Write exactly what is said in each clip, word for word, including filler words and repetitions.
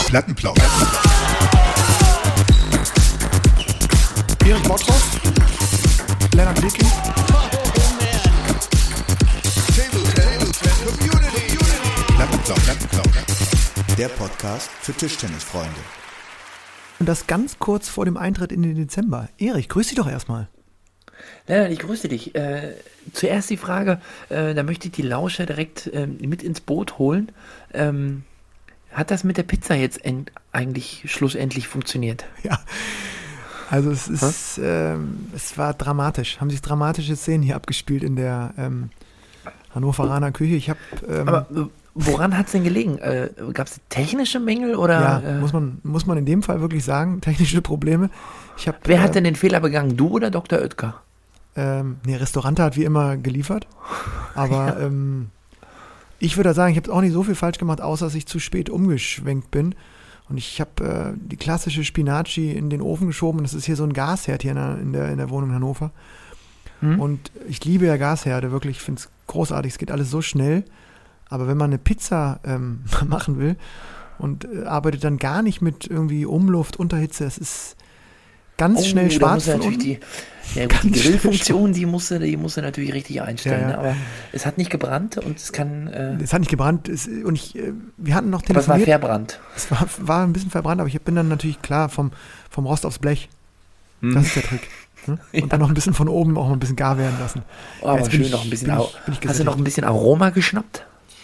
Plattenplausch. Erik Bottroff, Lennart Wicking. Plattenplausch, Plattenplausch. Der Podcast für Tischtennisfreunde. Und das ganz kurz vor dem Eintritt in den Dezember. Erich, grüß dich doch erstmal. Lennart, ich grüße dich. Äh, zuerst die Frage, äh, da möchte ich die Lauscher direkt äh, mit ins Boot holen. Ähm, hat das mit der Pizza jetzt end- eigentlich schlussendlich funktioniert? Ja, also es ist, ähm, es war dramatisch. Haben sich dramatische Szenen hier abgespielt in der ähm, Hannoveraner Küche. Ich habe ähm, Aber äh, woran hat es denn gelegen? Äh, Gab es technische Mängel oder? ja, äh, muss man muss man in dem Fall wirklich sagen, technische Probleme. Ich hab, wer äh, hat denn den Fehler begangen, du oder Doktor Oetker? Ähm, nee, Restaurant hat wie immer geliefert, aber ja. ähm, ich würde sagen, ich habe auch nicht so viel falsch gemacht, außer dass ich zu spät umgeschwenkt bin und ich habe äh, die klassische Spinaci in den Ofen geschoben und das ist hier so ein Gasherd hier in der, in der, in der Wohnung in Hannover hm. und ich liebe ja Gasherde, wirklich, ich finde es großartig, es geht alles so schnell, aber wenn man eine Pizza ähm, machen will und äh, arbeitet dann gar nicht mit irgendwie Umluft, Unterhitze, es ist ganz oh, schnell schwarz von natürlich die, ja, gut, die Grillfunktion, die musste, die musste natürlich richtig einstellen. Ja, ja. Ne? Aber es hat nicht gebrannt und es kann... Äh es hat nicht gebrannt es, und ich, wir hatten noch telefoniert. Aber es war verbrannt. Es war, war ein bisschen verbrannt, aber ich bin dann natürlich klar vom, vom Rost aufs Blech. Hm. Das ist der Trick. Ne? Und ja. dann noch ein bisschen von oben auch mal ein bisschen gar werden lassen. Oh, aber ja, schön ich, noch ein bisschen... Ich, hast du noch ein bisschen Aroma geschnappt?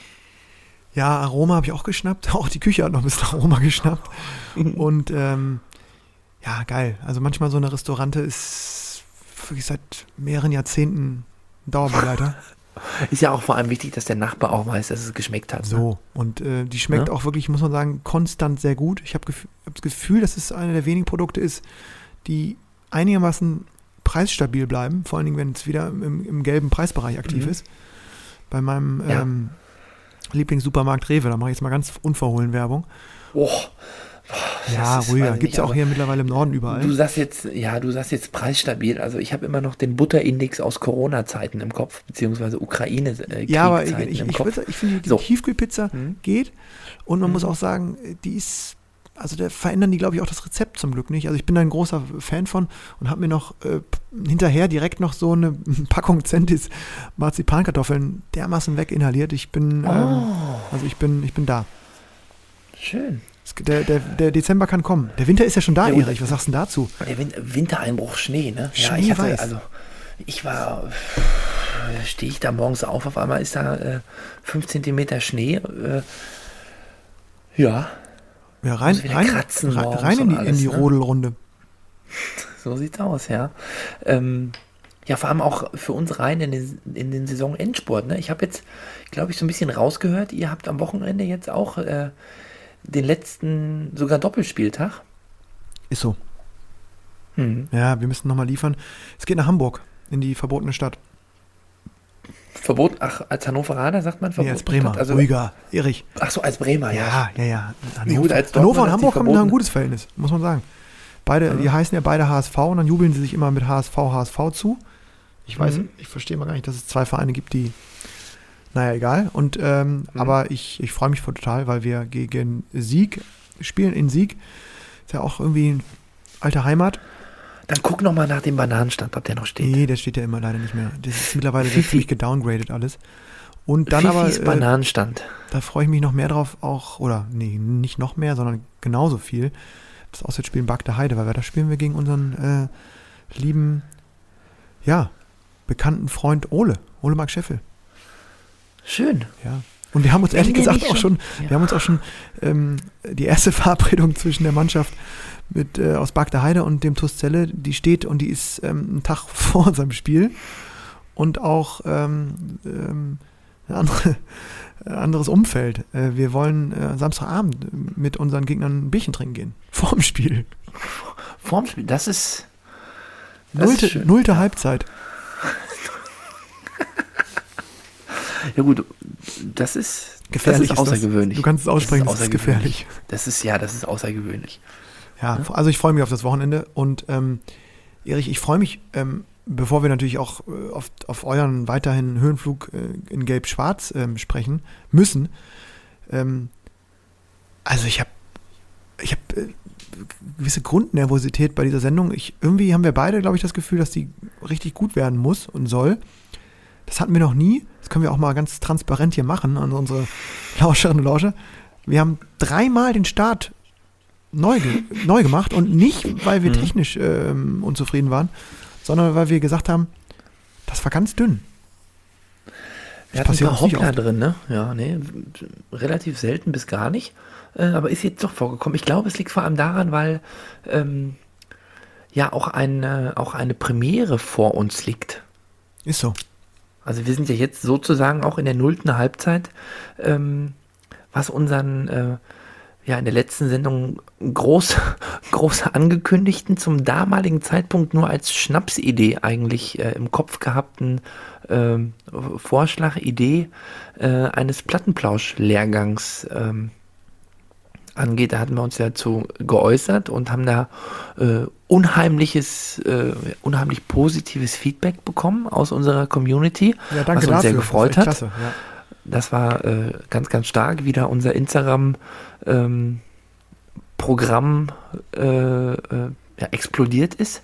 Ja, Aroma habe ich auch geschnappt. Auch die Küche hat noch ein bisschen Aroma geschnappt. Und ähm, ja, geil. Also manchmal so eine Restaurante ist wirklich seit mehreren Jahrzehnten ein Dauerbegleiter. Ist ja auch vor allem wichtig, dass der Nachbar auch weiß, dass es geschmeckt hat. So, ne? und äh, die schmeckt ja? auch wirklich, muss man sagen, konstant sehr gut. Ich habe gef- hab das Gefühl, dass es eine der wenigen Produkte ist, die einigermaßen preisstabil bleiben, vor allen Dingen, wenn es wieder im, im gelben Preisbereich aktiv mhm. ist. Bei meinem ja. ähm, Lieblingssupermarkt Rewe, da mache ich jetzt mal ganz unverhohlen Werbung. Oh. Ja, ruhiger. Gibt es ja auch hier mittlerweile im Norden überall. Du sagst jetzt, ja, du sagst jetzt preisstabil. Also ich habe immer noch den Butterindex aus Corona-Zeiten im Kopf, beziehungsweise Ukraine-Kriegzeiten ja, aber ich, ich, im ich, Kopf. Ich finde, die so. Tiefkühlpizza mhm. geht. Und man mhm. muss auch sagen, die ist, also da verändern die, glaube ich, auch das Rezept zum Glück nicht. Also ich bin da ein großer Fan von und habe mir noch äh, hinterher direkt noch so eine Packung Centis Marzipankartoffeln dermaßen weginhaliert. Ich bin, oh. ähm, also ich bin, ich bin da. Schön. Der, der, der Dezember kann kommen. Der Winter ist ja schon da, ja, Erich. Was sagst du denn dazu? Der Win- Wintereinbruch, Schnee, ne? Schnee, ja, ich hatte, weiß. also ich war, stehe ich da morgens auf, auf einmal ist da äh, fünf Zentimeter Schnee. Äh, ja. Ja, rein, rein, rein, rein in die, alles, in die ne? Rodelrunde. So sieht's aus, ja. Ähm, ja, vor allem auch für uns rein in den, in den Saisonendsport. Ne? Ich habe jetzt, glaube ich, so ein bisschen rausgehört, ihr habt am Wochenende jetzt auch äh, den letzten, sogar Doppelspieltag. Ist so. Mhm. Ja, wir müssen nochmal liefern. Es geht nach Hamburg, in die verbotene Stadt. Verbot, ach, als Hannoveraner sagt man verbotene nee, als Bremer, Stadt? Also, ruhiger, Erich. Ach so, als Bremer, ja. Ja, ja, ja. Hannover, gut, als Hannover und Hamburg haben ein gutes Verhältnis, muss man sagen. Beide, mhm. Die heißen ja beide H S V und dann jubeln sie sich immer mit H S V, H S V zu. Ich weiß, mhm. ich verstehe mal gar nicht, dass es zwei Vereine gibt, die naja, egal. Und, ähm, mhm. Aber ich, ich freue mich total, weil wir gegen Sieg spielen, in Sieg. Ist ja auch irgendwie eine alte Heimat. Dann guck noch mal nach dem Bananenstand, ob der noch steht. Nee, der steht ja immer leider nicht mehr. Das ist mittlerweile ziemlich gedowngradet alles. Und dann Fifis aber, äh, Bananenstand. Da freue ich mich noch mehr drauf, auch, oder nee, nicht noch mehr, sondern genauso viel. Das Auswärtsspiel in Bagde Heide, weil da spielen wir gegen unseren äh, lieben, ja, bekannten Freund Ole, Ole Mark Scheffel. Schön. Ja. Und wir haben uns ehrlich gesagt auch schon, ja. wir haben uns auch schon ähm, die erste Verabredung zwischen der Mannschaft mit äh, aus Bagde Heide und dem TuS Celle, die steht und die ist ähm, einen Tag vor unserem Spiel und auch ähm, ähm, ein andere, äh, anderes Umfeld. Äh, wir wollen äh, Samstagabend mit unseren Gegnern ein Bierchen trinken gehen. Vorm Spiel. Vorm Spiel, das ist das nullte, ist nullte Halbzeit. Ja gut, das ist gefährlich, das ist außergewöhnlich. Das. Du kannst es aussprechen, das ist, das ist gefährlich. Das ist, ja, das ist außergewöhnlich. Ja, ja? Also ich freue mich auf das Wochenende und ähm, Erich, ich freue mich, ähm, bevor wir natürlich auch äh, auf, auf euren weiterhin Höhenflug äh, in Gelb-Schwarz ähm, sprechen müssen. Ähm, also ich habe ich habe äh, gewisse Grundnervosität bei dieser Sendung. Ich, irgendwie haben wir beide, glaube ich, das Gefühl, dass die richtig gut werden muss und soll. Das hatten wir noch nie. Das können wir auch mal ganz transparent hier machen an unsere Lauscherinnen und Lauscher. Wir haben dreimal den Start neu, ge- neu gemacht und nicht, weil wir Mhm. technisch ähm, unzufrieden waren, sondern weil wir gesagt haben, das war ganz dünn. Wir hatten ein passiert paar uns nicht Hoppler oft. drin, ne? Ja, nee, relativ selten bis gar nicht. Äh, aber ist jetzt doch vorgekommen. Ich glaube, es liegt vor allem daran, weil ähm, ja auch eine, auch eine Premiere vor uns liegt. Ist so. Also wir sind ja jetzt sozusagen auch in der nullten Halbzeit, ähm, was unseren, äh, ja in der letzten Sendung groß, groß angekündigten, zum damaligen Zeitpunkt nur als Schnapsidee eigentlich äh, im Kopf gehabten ähm, Vorschlag, Idee äh, eines Plattenplausch-Lehrgangs ähm, angeht. Da hatten wir uns ja zu geäußert und haben da äh, unheimliches, äh, unheimlich positives Feedback bekommen aus unserer Community, Ja, danke was uns dafür. sehr gefreut das ist hat. echt klasse, ja. Das war äh, ganz, ganz stark, wie da unser Instagram ähm, Programm äh, äh, ja, explodiert ist.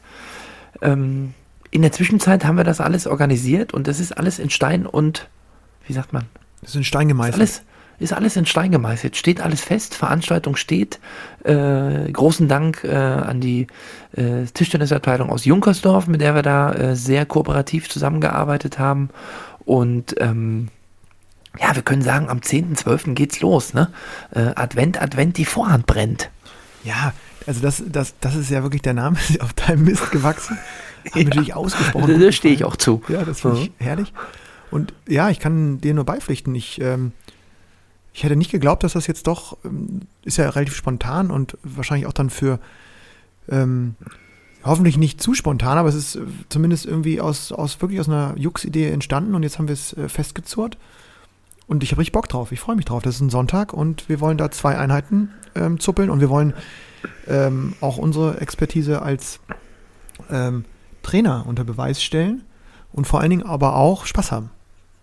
Ähm, in der Zwischenzeit haben wir das alles organisiert und das ist alles in Stein und, wie sagt man, Das ist in Stein ist gemeißelt. alles, ist alles in Stein gemeißelt, steht alles fest, Veranstaltung steht. Äh, großen Dank äh, an die äh, Tischtennisabteilung aus Junkersdorf, mit der wir da äh, sehr kooperativ zusammengearbeitet haben. Und ähm, ja, wir können sagen, am zehnten zwölften geht's los. Ne? Äh, Advent, Advent, die Vorhand brennt. Ja, also das, das, das ist ja wirklich der Name, ist auf deinem Mist gewachsen. Hat mir Ja. natürlich ausgesprochen. Da, gut da stehe ich gefallen. auch zu. Ja, das finde ich herrlich. Und ja, ich kann dir nur beipflichten. Ich, ähm, ich hätte nicht geglaubt, dass das jetzt doch, ähm, ist ja relativ spontan und wahrscheinlich auch dann für, ähm, hoffentlich nicht zu spontan, aber es ist äh, zumindest irgendwie aus, aus wirklich aus einer Jux-Idee entstanden und jetzt haben wir es äh, festgezurrt. Und ich habe richtig Bock drauf. Ich freue mich drauf. Das ist ein Sonntag und wir wollen da zwei Einheiten ähm, zuppeln und wir wollen ähm, auch unsere Expertise als ähm, Trainer unter Beweis stellen und vor allen Dingen aber auch Spaß haben.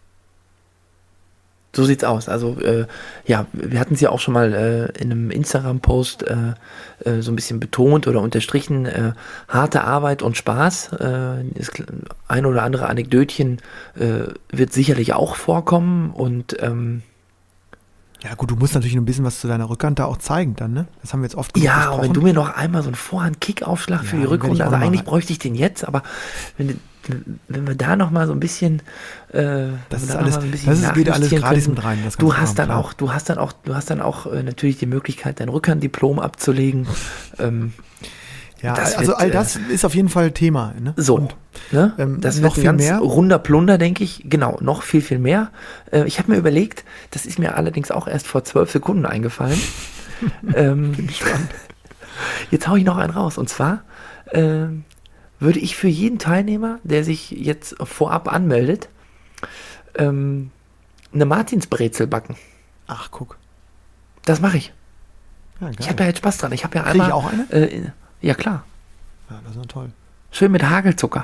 So sieht's aus. Also äh, ja, wir hatten es ja auch schon mal äh, in einem Instagram-Post äh, äh, so ein bisschen betont oder unterstrichen. Äh, harte Arbeit und Spaß. Äh, das ein oder andere Anekdötchen äh, wird sicherlich auch vorkommen und ähm, Ja gut, du musst natürlich ein bisschen was zu deiner Rückhand da auch zeigen dann, ne? Das haben wir jetzt oft genug ja, besprochen. und wenn du mir noch einmal so einen Vorhand-Kick-Aufschlag für Ja, die den werde ich Rückrunde, auch also noch eigentlich mal- bräuchte ich den jetzt, aber wenn, wenn wir da noch mal so ein bisschen, äh, Das wenn wir ist da noch alles- mal so ein bisschen das ist- geht alles nachjustieren gratis könnten. mit rein, das Du ganze hast Kram, dann klar. auch, du hast dann auch, du hast dann auch äh, natürlich die Möglichkeit, dein Rückhanddiplom abzulegen. ähm, ja, das also wird, all äh, das ist auf jeden Fall Thema. Ne? So, Und, ne? ähm, das noch wird ein viel ganz mehr? runder Plunder, denke ich. Genau, noch viel, viel mehr. Äh, ich habe mir überlegt, das ist mir allerdings auch erst vor zwölf Sekunden eingefallen. ähm, jetzt hau ich noch einen raus. Und zwar ähm, würde ich für jeden Teilnehmer, der sich jetzt vorab anmeldet, ähm, eine Martinsbrezel backen. Ach, guck. Das mache ich. Ja, Ich habe ja jetzt Spaß dran. Ich habe ja Krieg einmal... ich auch eine? Äh, ja, klar. Ja, das ist ja toll. Schön mit Hagelzucker.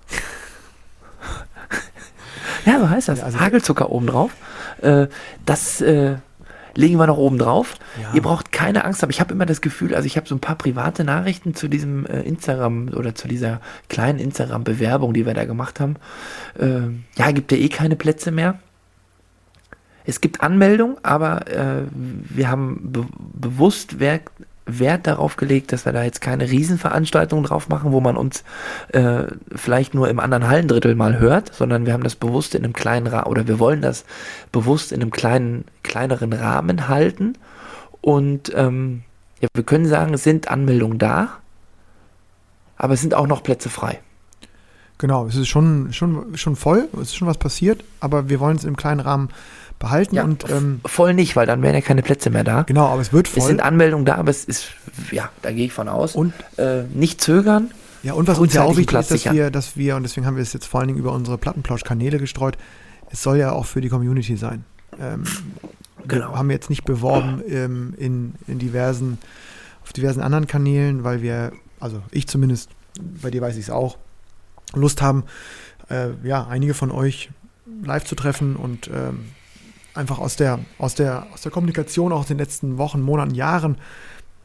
Ja, so heißt das. Ja, also- Hagelzucker obendrauf. Äh, das äh, legen wir noch oben drauf. Ja. Ihr braucht keine Angst haben. Ich habe immer das Gefühl, also ich habe so ein paar private Nachrichten zu diesem äh, Instagram oder zu dieser kleinen Instagram-Bewerbung, die wir da gemacht haben. Äh, ja, gibt ja eh keine Plätze mehr. Es gibt Anmeldung, aber äh, wir haben be bewusst Wert, Wert darauf gelegt, dass wir da jetzt keine Riesenveranstaltungen drauf machen, wo man uns äh, vielleicht nur im anderen Hallendrittel mal hört, sondern wir haben das bewusst in einem kleinen Rahmen, oder wir wollen das bewusst in einem kleinen, kleineren Rahmen halten. Und ähm, ja, wir können sagen, es sind Anmeldungen da, aber es sind auch noch Plätze frei. Genau, es ist schon, schon, schon voll, es ist schon was passiert, aber wir wollen es im kleinen Rahmen behalten Ja, und ähm, voll nicht, weil dann wären ja keine Plätze mehr da. genau, aber es wird Es voll. sind Anmeldungen da, aber es ist, ja, da gehe ich von aus. Und- äh, nicht zögern. Ja, und was uns ja auch frühzeitigen wichtig Platz ist, dass sichern. wir, dass wir, und deswegen haben wir es jetzt vor allen Dingen über unsere Plattenplausch-Kanäle gestreut, es soll ja auch für die Community sein. Ähm, Genau. Wir haben jetzt nicht beworben ähm, in, in diversen, auf diversen anderen Kanälen, weil wir, also ich zumindest, bei dir weiß ich es auch, Lust haben, äh, ja, einige von euch live zu treffen und ähm, einfach aus der, aus der, aus der Kommunikation auch aus den letzten Wochen, Monaten, Jahren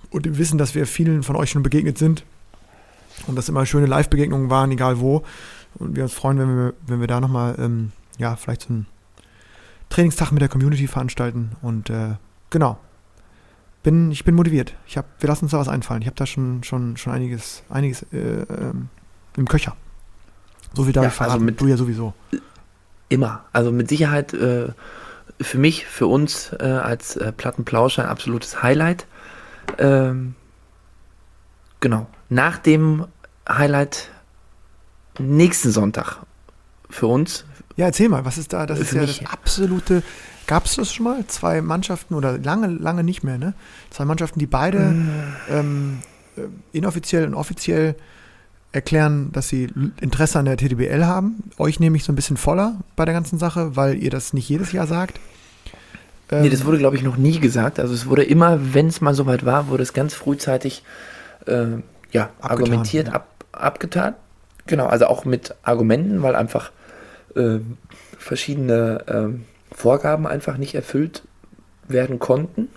und im Wissen, dass wir vielen von euch schon begegnet sind und das immer schöne Live-Begegnungen waren, egal wo. Und wir uns freuen, wenn wir, wenn wir da nochmal, ähm, ja, vielleicht so einen Trainingstag mit der Community veranstalten. Und äh, genau, bin, ich bin motiviert. Ich hab, wir lassen uns da was einfallen. Ich habe da schon, schon, schon einiges, einiges äh, ähm, im Köcher. So viel darf Ja, ich verraten, also mit- du ja sowieso. Immer. Also mit Sicherheit äh, für mich, für uns äh, als äh, Plattenplauscher ein absolutes Highlight. Ähm, genau. Nach dem Highlight nächsten Sonntag für uns. Ja, erzähl mal, was ist da? Das ist Für ja mich- das absolute. Gab es das schon mal? Zwei Mannschaften oder lange, lange nicht mehr, ne? Zwei Mannschaften, die beide ähm, äh, inoffiziell und offiziell erklären, dass sie L- Interesse an der T D B L haben. Euch nehme ich so ein bisschen voller bei der ganzen Sache, weil ihr das nicht jedes Jahr sagt. Ähm, Nee, das wurde, glaube ich, noch nie gesagt. Also es wurde immer, wenn es mal soweit war, wurde es ganz frühzeitig äh, ja, argumentiert, ja. ab, abgetan. Genau, also auch mit Argumenten, weil einfach äh, verschiedene ähm, Vorgaben einfach nicht erfüllt werden konnten.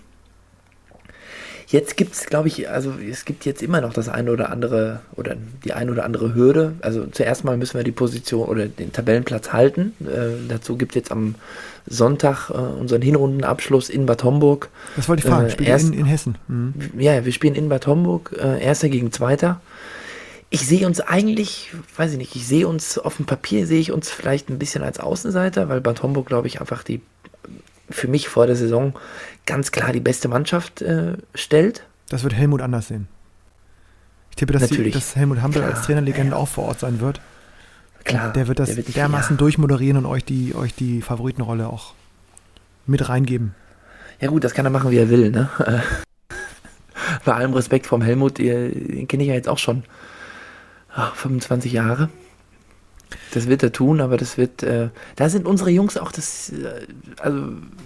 Jetzt gibt es, glaube ich, also es gibt jetzt immer noch das eine oder andere oder die eine oder andere Hürde. Also zuerst mal müssen wir die Position oder den Tabellenplatz halten. Äh, dazu gibt es jetzt am Sonntag äh, unseren Hinrundenabschluss in Bad Homburg. das wollte ich fragen. äh, Spielt ihr erst- in, in Hessen? Mhm. Ja, wir spielen in Bad Homburg, äh, Erster gegen Zweiter. Ich sehe uns eigentlich, weiß ich nicht, ich sehe uns auf dem Papier, sehe ich uns vielleicht ein bisschen als Außenseiter, weil Bad Homburg, glaube ich, einfach die für mich vor der Saison ganz klar die beste Mannschaft äh, stellt. Das wird Helmut anders sehen. Ich tippe, dass, die, Natürlich. dass Helmut Hampel Klar, als Trainerlegende ja, ja. auch vor Ort sein wird. Klar, Und der wird das der wird nicht- dermaßen ja. durchmoderieren und euch die, euch die Favoritenrolle auch mit reingeben. Ja gut, das kann er machen, wie er will, ne? Bei allem Respekt vom Helmut, ihr- den kenne ich ja jetzt auch schon ach, fünfundzwanzig Jahre. Das wird er tun, aber das wird, äh, da sind unsere Jungs auch das, äh, also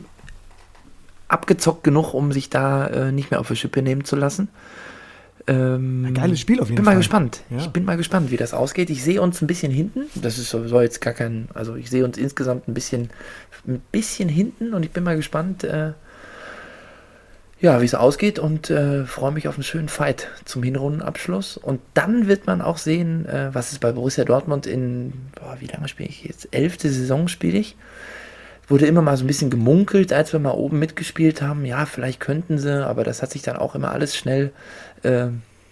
abgezockt genug, um sich da äh, nicht mehr auf die Schippe nehmen zu lassen. Ähm, Ein geiles Spiel auf jeden bin Fall. mal gespannt. Ja. Ich bin mal gespannt, wie das ausgeht. Ich sehe uns ein bisschen hinten. Das ist sowieso jetzt gar kein, also ich sehe uns insgesamt ein bisschen, ein bisschen hinten und ich bin mal gespannt, äh, ja, wie es ausgeht und äh, freue mich auf einen schönen Fight zum Hinrundenabschluss. Und dann wird man auch sehen, äh, was ist bei Borussia Dortmund in, boah, wie lange spiele ich jetzt? Elfte Saison spiele ich. Wurde immer mal so ein bisschen gemunkelt, als wir mal oben mitgespielt haben. Ja, vielleicht könnten sie, aber das hat sich dann auch immer alles schnell, äh,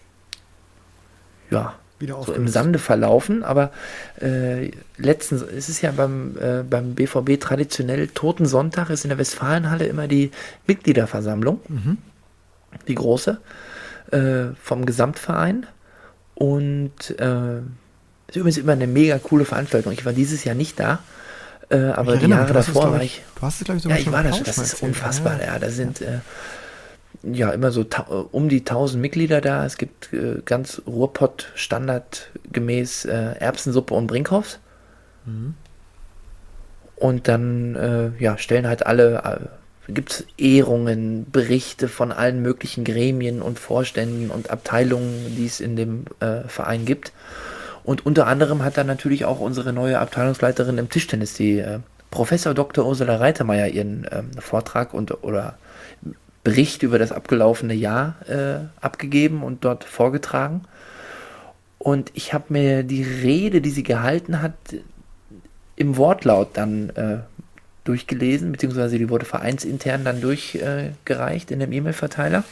ja, Wieder so im aufgelöst. Sande verlaufen. Aber äh, letztens, es ist ja beim, äh, beim B V B traditionell Totensonntag, ist in der Westfalenhalle immer die Mitgliederversammlung, Mhm. die große, äh, vom Gesamtverein. Und äh, ist übrigens immer eine mega coole Veranstaltung. Ich war dieses Jahr nicht da, äh, aber Ich die erinnere Jahre mich, du hast es, davor glaub war ich- ich. Du hast es, glaube ich, Ja, sogar ich schon war im das. Couch Das mal ist erzählt. unfassbar. Ja, Ja, da sind äh, ja immer so ta- um die tausend Mitglieder da. Es gibt äh, ganz Ruhrpott standardgemäß äh, Erbsensuppe und Brinkhoffs. Mhm. Und dann äh, ja, stellen halt alle, äh, gibt es Ehrungen, Berichte von allen möglichen Gremien und Vorständen und Abteilungen, die es in dem äh, Verein gibt. Und unter anderem hat dann natürlich auch unsere neue Abteilungsleiterin im Tischtennis, die äh, Professor Doktor Ursula Reitemeyer, ihren ähm, Vortrag und oder Bericht über das abgelaufene Jahr äh, abgegeben und dort vorgetragen. Und ich habe mir die Rede, die sie gehalten hat, im Wortlaut dann äh, durchgelesen, beziehungsweise die wurde vereinsintern dann durchgereicht äh, in dem E-Mail-Verteiler.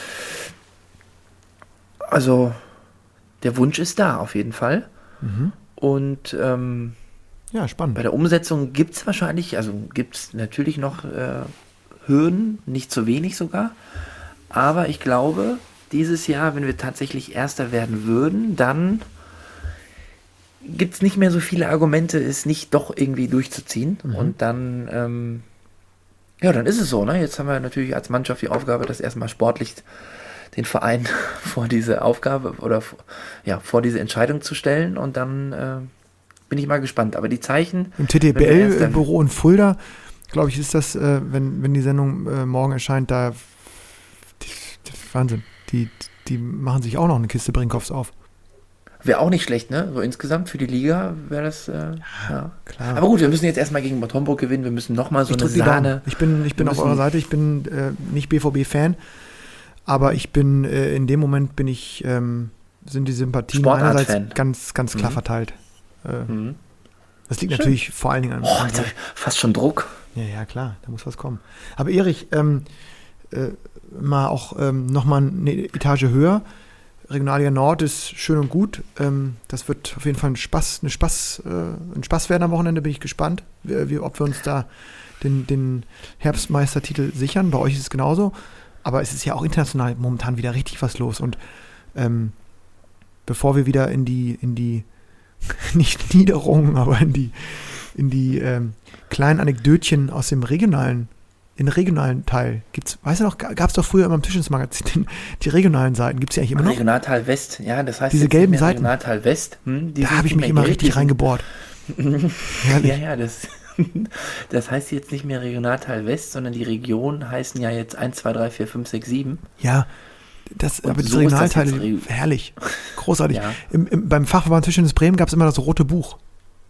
Also der Wunsch ist da auf jeden Fall. Mhm. Und ähm, Ja, spannend. bei der Umsetzung gibt es wahrscheinlich, also gibt es natürlich noch äh, Hürden, nicht zu wenig sogar. Aber ich glaube, dieses Jahr, wenn wir tatsächlich Erster werden würden, dann gibt es nicht mehr so viele Argumente, es nicht doch irgendwie durchzuziehen. Mhm. Und dann, ähm, ja, dann ist es so. Ne? Jetzt haben wir natürlich als Mannschaft die Aufgabe, das erstmal sportlich den Verein vor diese Aufgabe oder ja, vor diese Entscheidung zu stellen. Und dann äh, bin ich mal gespannt. Aber die Zeichen... Im T T B wenn wir erst dann- L-Büro in Fulda, glaube ich, ist das, äh, wenn, wenn die Sendung äh, morgen erscheint, da die, die, Wahnsinn. Die, die machen sich auch noch eine Kiste Brinkhoffs auf. Wäre auch nicht schlecht, ne? So insgesamt für die Liga wäre das, äh, ja. Klar. Aber gut, wir müssen jetzt erstmal gegen Bad Homburg gewinnen. Wir müssen nochmal so ich eine drück die Daumen. Sahne... Ich bin, ich bin Wir auf müssen- eurer Seite, ich bin äh, nicht B V B-Fan, Aber ich bin, äh, in dem Moment bin ich, ähm, sind die Sympathien meinerseits ganz, ganz klar mhm. verteilt. Äh, mhm. Das liegt Schön. natürlich vor allen Dingen an... Oh, jetzt habe ich fast schon Druck. Ja, ja, klar, da muss was kommen. Aber Erich, ähm, äh, mal auch ähm, nochmal eine Etage höher. Regionalliga Nord ist schön und gut. Ähm, das wird auf jeden Fall ein Spaß, eine Spaß, äh, ein Spaß werden am Wochenende, bin ich gespannt, wie, wie, ob wir uns da den, den Herbstmeistertitel sichern. Bei euch ist es genauso. Aber es ist ja auch international momentan wieder richtig was los. Und ähm, bevor wir wieder in die, in die nicht Niederungen, aber in die, in die ähm, kleinen Anekdötchen aus dem regionalen, in regionalen Teil. Gibt's, weißt du noch, gab es doch früher immer im Tischtennis-Magazin die regionalen Seiten. Gibt es die eigentlich immer noch? Regionalteil West, ja, das heißt diese gelben Seiten. Regionalteil West. Hm, da habe ich mich immer richtig reingebohrt. ja, ja, das, das heißt jetzt nicht mehr Regionalteil West, sondern die Regionen heißen ja jetzt eins, zwei, drei, vier, fünf, sechs, sieben. Ja, das, aber so die Regionalteile, Re- herrlich, großartig. Ja. Im, im, beim Fachverband Tischtennis Bremen gab es immer das rote Buch.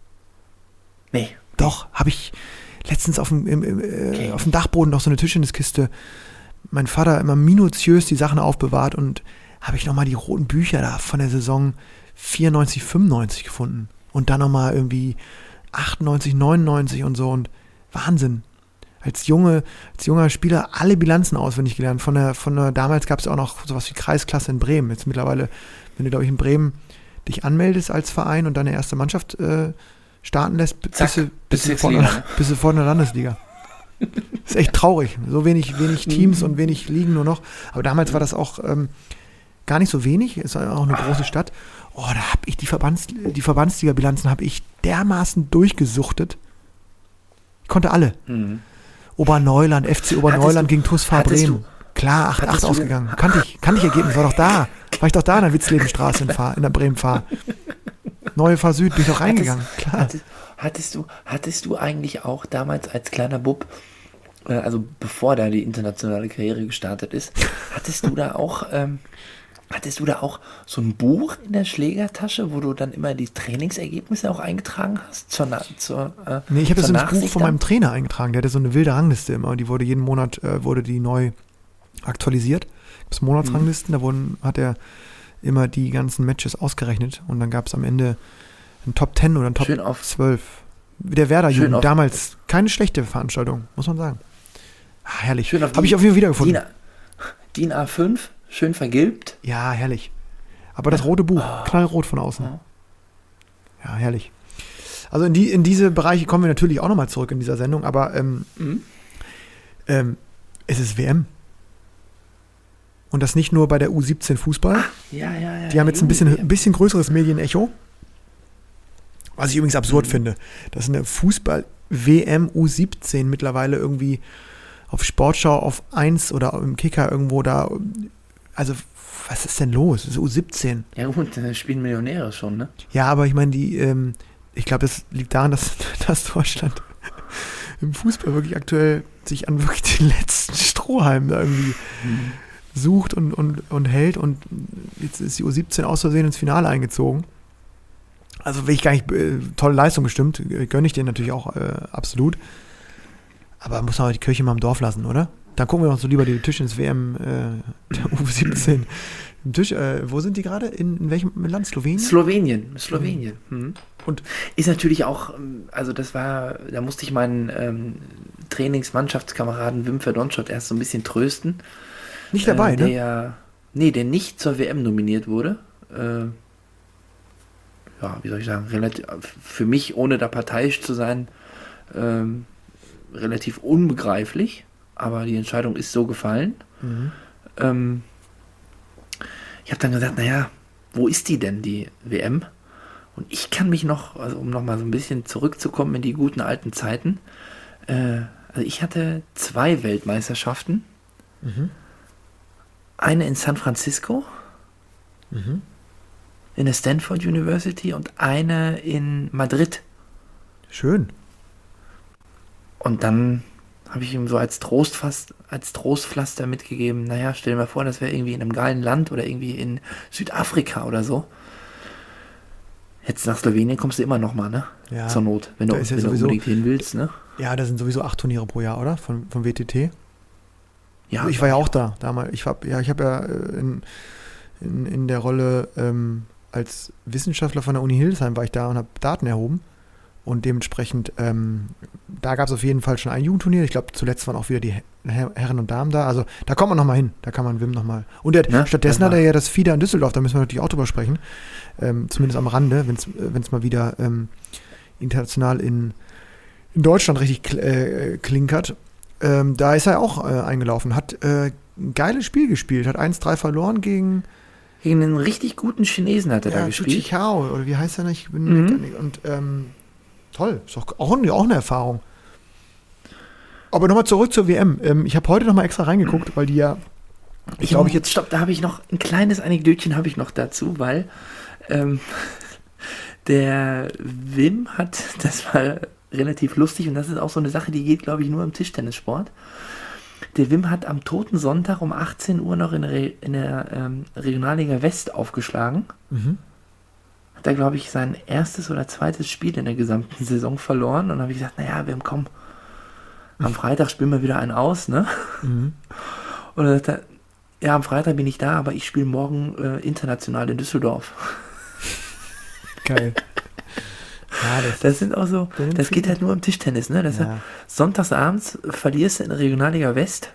Nee. Doch, habe ich letztens auf dem, im, im, okay. auf dem Dachboden noch so eine Tischtenniskiste. Mein Vater immer minutiös die Sachen aufbewahrt und habe ich nochmal die roten Bücher da von der Saison vierundneunzig, fünfundneunzig gefunden. Und dann nochmal irgendwie achtundneunzig, neunundneunzig und so. Und Wahnsinn. Als, junge, als junger Spieler alle Bilanzen auswendig gelernt. Von der, von der, damals gab es auch noch sowas wie Kreisklasse in Bremen. Jetzt mittlerweile, wenn du, glaube ich, in Bremen dich anmeldest als Verein und deine erste Mannschaft äh, starten lässt, bist du, bist, du vor, ne? bist du vor einer Landesliga. Das ist echt traurig. So wenig, wenig Teams und wenig Ligen nur noch. Aber damals war das auch ähm, gar nicht so wenig. Es war auch eine große Stadt. Oh, da habe ich die, Verbands, die Verbandsliga-Bilanzen habe ich dermaßen durchgesuchtet. Ich konnte alle. Mhm. Oberneuland, F C Oberneuland gegen T U S Fahr Bremen. Klar, acht acht ausgegangen. Kannte ich, kannte ich Ergebnis, war doch da. War ich doch da in der Witzlebenstraße in, Fahr, in der Bremen-Fahr. Neue Fahr Süd, bin ich doch reingegangen. Hattest, Klar. Hattest, hattest, du, hattest du eigentlich auch damals als kleiner Bub, äh, also bevor da die internationale Karriere gestartet ist, hattest du da auch, ähm, hattest du da auch so ein Buch in der Schlägertasche, wo du dann immer die Trainingsergebnisse auch eingetragen hast? Zur, zur, äh, nee, ich habe das ins Buch von meinem Trainer eingetragen. Der hatte so eine wilde Rangliste immer und die wurde jeden Monat, äh, wurde die neu aktualisiert. Das Monatsranglisten, mhm. da wurden, hat er immer die ganzen Matches ausgerechnet und dann gab es am Ende ein Top zehn oder ein Top zwölf. Der Werder-Jugend, damals keine schlechte Veranstaltung, muss man sagen. Ah, herrlich. Habe ich auf jeden Fall wiedergefunden. D I N A fünf, schön vergilbt. Ja, herrlich. Aber das rote Buch, oh. knallrot von außen. Oh. Ja, herrlich. Also in, die, in diese Bereiche kommen wir natürlich auch nochmal zurück in dieser Sendung, aber ähm, mhm. ähm, es ist W M. Und das nicht nur bei der U siebzehn Fußball. Ach, ja, ja, ja, die haben jetzt ein bisschen, ein bisschen größeres Medienecho. Was ich übrigens absurd mhm. finde. Dass eine Fußball-W M U siebzehn mittlerweile irgendwie auf Sportschau auf eins oder im Kicker irgendwo da. Also, was ist denn los? Das ist U siebzehn. Ja gut, da spielen Millionäre schon, ne? Ja, aber ich meine, die, ähm, ich glaube, das liegt daran, dass, dass Deutschland im Fußball wirklich aktuell sich an wirklich den letzten Strohhalm da irgendwie mhm. sucht und, und, und hält und jetzt ist die U siebzehn aus Versehen ins Finale eingezogen. Also will ich gar nicht, äh, tolle Leistung bestimmt, gönne ich denen natürlich auch äh, absolut. Aber muss man auch die Kirche mal im Dorf lassen, oder? Dann gucken wir uns so lieber die Tischtennis-W M äh, der U siebzehn. Im Tisch, äh, wo sind die gerade? In, in welchem Land? Slowenien? Slowenien, Slowenien. Mhm. Und ist natürlich auch, also das war, da musste ich meinen ähm, Trainingsmannschaftskameraden Wim Verdonschott erst so ein bisschen trösten. Nicht dabei, äh, der, ne? Ja, nee, der nicht zur W M nominiert wurde. Äh, ja, wie soll ich sagen, relativ, für mich, ohne da parteiisch zu sein, ähm, relativ unbegreiflich, aber die Entscheidung ist so gefallen. Mhm. Ähm, ich habe dann gesagt, naja, wo ist die denn, die W M? Und ich kann mich noch, also um nochmal so ein bisschen zurückzukommen in die guten alten Zeiten, äh, also ich hatte zwei Weltmeisterschaften. Mhm. Eine in San Francisco, mhm. in der Stanford University und eine in Madrid. Schön. Und dann habe ich ihm so als Trostfass, als Trostpflaster mitgegeben, naja, stell dir mal vor, das wäre irgendwie in einem geilen Land oder irgendwie in Südafrika oder so. Jetzt nach Slowenien kommst du immer noch mal, ne? Ja, zur Not, wenn du, ja wenn du unbedingt hin willst, ne? Ja, da sind sowieso acht Turniere pro Jahr, oder? Von, vom W T T. Ja, Also ich war ja auch da damals. Ich habe ja, ich habe ja äh, in, in, in der Rolle ähm, als Wissenschaftler von der Uni Hildesheim war ich da und habe Daten erhoben. Und dementsprechend, ähm, da gab es auf jeden Fall schon ein Jugendturnier. Ich glaube, zuletzt waren auch wieder die Her- Herren und Damen da. Also da kommt man nochmal hin. Da kann man Wim nochmal. Und der, Ja, stattdessen das hat er war- ja das Fieder in Düsseldorf. Da müssen wir natürlich auch drüber sprechen. Ähm, zumindest am Rande, wenn es mal wieder ähm, international in, in Deutschland richtig kl- äh, klinkert. Ähm, da ist er auch äh, eingelaufen. Hat äh, ein geiles Spiel gespielt. Hat eins drei verloren gegen Gegen einen richtig guten Chinesen hat er da ja, gespielt. Tsuchichao, oder wie heißt er nicht? Ich bin Mhm. Und ähm, toll, ist doch auch, auch eine Erfahrung. Aber nochmal zurück zur W M. Ähm, ich habe heute nochmal extra reingeguckt, weil die ja, ich glaube, ich jetzt. Stopp, da habe ich noch ein kleines Anekdötchen habe ich noch dazu, weil ähm, der Wim hat, das war relativ lustig und das ist auch so eine Sache, die geht, glaube ich, nur im Tischtennissport. Der Wim hat am Toten Sonntag um achtzehn Uhr noch in der, Re- in der ähm, Regionalliga West aufgeschlagen. Mhm. Hat er, glaube ich, sein erstes oder zweites Spiel in der gesamten Saison verloren. Und dann habe ich gesagt, naja, Wim, komm, am Freitag spielen wir wieder einen aus, ne? Mhm. Und dann sagt er, ja, am Freitag bin ich da, aber ich spiele morgen äh, international in Düsseldorf. Geil. Ja, das, Das sind auch so, Den das geht Film- halt nur im Tischtennis, ne? Das Ja. ja. Sonntagsabends verlierst du in der Regionalliga West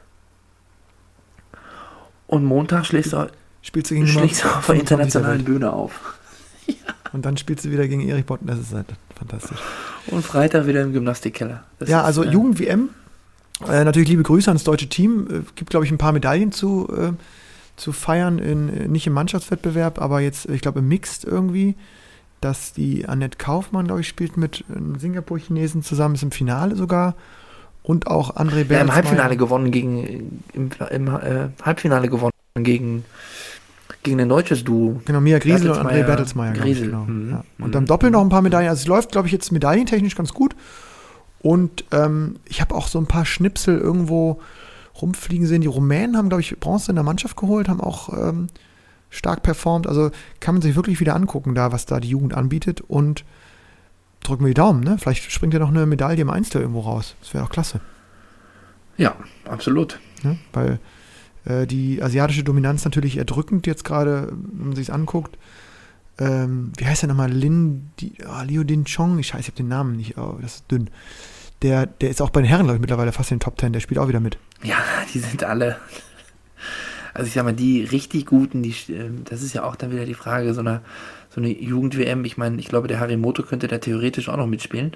und Montag schlägst du, spielst du gegen schlägst du auf der fünfundzwanzig internationalen Welt. Bühne auf. Und dann spielst du wieder gegen Erich Botten. Das ist halt fantastisch. Und Freitag wieder im Gymnastikkeller. Das Ja, ist, also äh, Jugend-W M. Äh, natürlich liebe Grüße ans deutsche Team. Äh, gibt, glaube ich, ein paar Medaillen zu, äh, zu feiern. In, äh, nicht im Mannschaftswettbewerb, aber jetzt, ich glaube, im Mixed irgendwie. Dass die Annette Kaufmann, glaube ich, spielt mit einem Singapur-Chinesen zusammen, ist im Finale sogar. Und auch André Ja, im Bertelsmeier. Halbfinale gewonnen gegen, im, im äh, Halbfinale gewonnen gegen, gegen ein deutsches Duo. Genau, Mia Griesel und André Bertelsmeier, Bertelsmeier. glaub ich, Griesel. Genau. Mhm. Ja. Und Mhm. am Doppel noch ein paar Medaillen. Also es läuft, glaube ich, jetzt medaillentechnisch ganz gut. Und ähm, ich habe auch so ein paar Schnipsel irgendwo rumfliegen sehen. Die Rumänen haben, glaube ich, Bronze in der Mannschaft geholt, haben auch ähm, stark performt. Also kann man sich wirklich wieder angucken, da was da die Jugend anbietet. Und drücken wir die Daumen. Ne? Vielleicht springt ja noch eine Medaille im Einzel irgendwo raus. Das wäre auch klasse. Ja, absolut. Ne? Weil äh, die asiatische Dominanz natürlich erdrückend jetzt gerade, wenn man sich es anguckt. Ähm, wie heißt der nochmal? Lin, die, oh, Liu Din Chong, ich scheiße, ich habe den Namen nicht, oh, das ist dünn. Der, der ist auch bei den Herren, glaube ich, mittlerweile fast in den Top Ten, der spielt auch wieder mit. Ja, die sind alle. Also ich sag mal, die richtig guten, die, ähm, das ist ja auch dann wieder die Frage, so eine, so eine Jugend-W M. Ich meine, ich glaube, der Harimoto könnte da theoretisch auch noch mitspielen.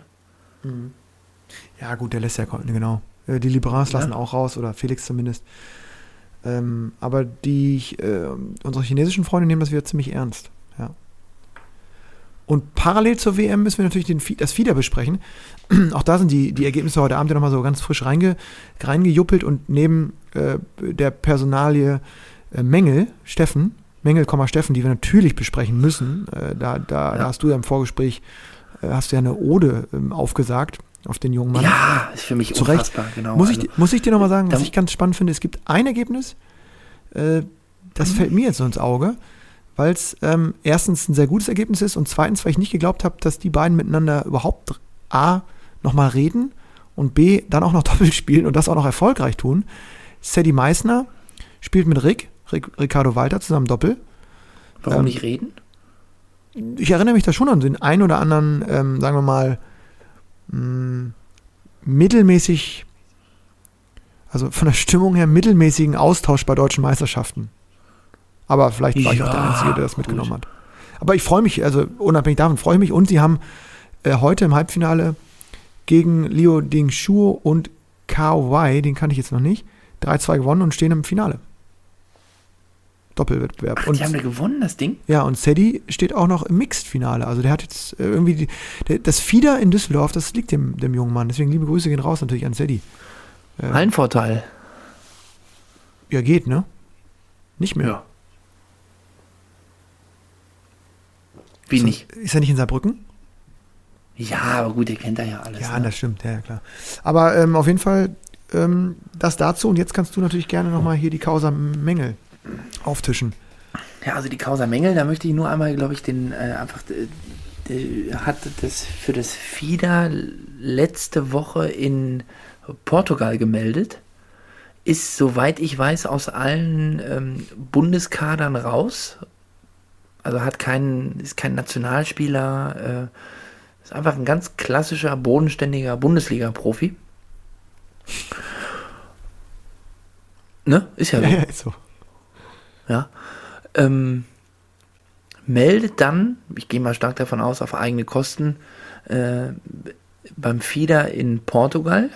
Ja gut, der lässt ja, genau. Äh, Die Liberans Ja. lassen auch raus, oder Felix zumindest. Ähm, aber die, äh, unsere chinesischen Freunde nehmen das wieder ziemlich ernst. Ja. Und parallel zur W M müssen wir natürlich den, Fi- das Fieder besprechen. Auch da sind die, die Ergebnisse heute Abend ja nochmal so ganz frisch reinge, reingejuppelt und neben äh, der Personalie äh, Mengel, Steffen, Mengel, Steffen, die wir natürlich besprechen müssen, äh, da, da, Ja. da hast du ja im Vorgespräch, äh, hast du ja eine Ode ähm, aufgesagt auf den jungen Mann. Ja, ist für mich Zu Recht. unfassbar, genau. Muss ich, also, muss ich dir nochmal sagen, was da- ich ganz spannend finde, es gibt ein Ergebnis, äh, das Mhm. fällt mir jetzt so ins Auge, weil es ähm, erstens ein sehr gutes Ergebnis ist und zweitens, weil ich nicht geglaubt habe, dass die beiden miteinander überhaupt A, nochmal reden und B, dann auch noch doppelt spielen und das auch noch erfolgreich tun. Sadie Meissner spielt mit Rick, Rick Ricardo Walter zusammen Doppel. warum ähm, nicht reden? Ich erinnere mich da schon an den einen oder anderen, ähm, sagen wir mal, mh, mittelmäßig, also von der Stimmung her mittelmäßigen Austausch bei deutschen Meisterschaften. Aber vielleicht war ich auch der Ja, Einzige, der das gut. mitgenommen hat. Aber ich freue mich, also unabhängig davon freue ich mich. Und sie haben äh, heute im Halbfinale gegen Liu Dingshuo und Kao Wei, den kannte ich jetzt noch nicht, drei zwei gewonnen und stehen im Finale. Doppelwettbewerb. Ach, und die haben da gewonnen, das Ding? ja, und Sadie steht auch noch im Mixed-Finale. Also der hat jetzt äh, irgendwie, die, der, das Fieder in Düsseldorf, das liegt dem, dem jungen Mann. Deswegen liebe Grüße gehen raus natürlich an Sadie. Äh, Hallenvorteil. ja, geht, ne? Nicht mehr. Ja. Wie Ist- nicht? Ist er nicht in Saarbrücken? Ja, aber gut, der kennt da ja alles. Ja, ne? das stimmt, ja, ja klar. Aber ähm, auf jeden Fall ähm, das dazu. Und jetzt kannst du natürlich gerne nochmal hier die Causa Mengel auftischen. Ja, also die Causa Mengel, da möchte ich nur einmal, glaube ich, den äh, einfach, äh, der hat das für das FIDA letzte Woche in Portugal gemeldet. ist, soweit ich weiß, aus allen ähm, Bundeskadern raus. Also hat keinen, ist kein Nationalspieler, äh, ist einfach ein ganz klassischer, bodenständiger Bundesliga-Profi. Ne? Ist ja so. Ja, ja, ist so. Ja. Ähm, meldet dann, ich gehe mal stark davon aus, auf eigene Kosten, äh, beim Fieder in Portugal.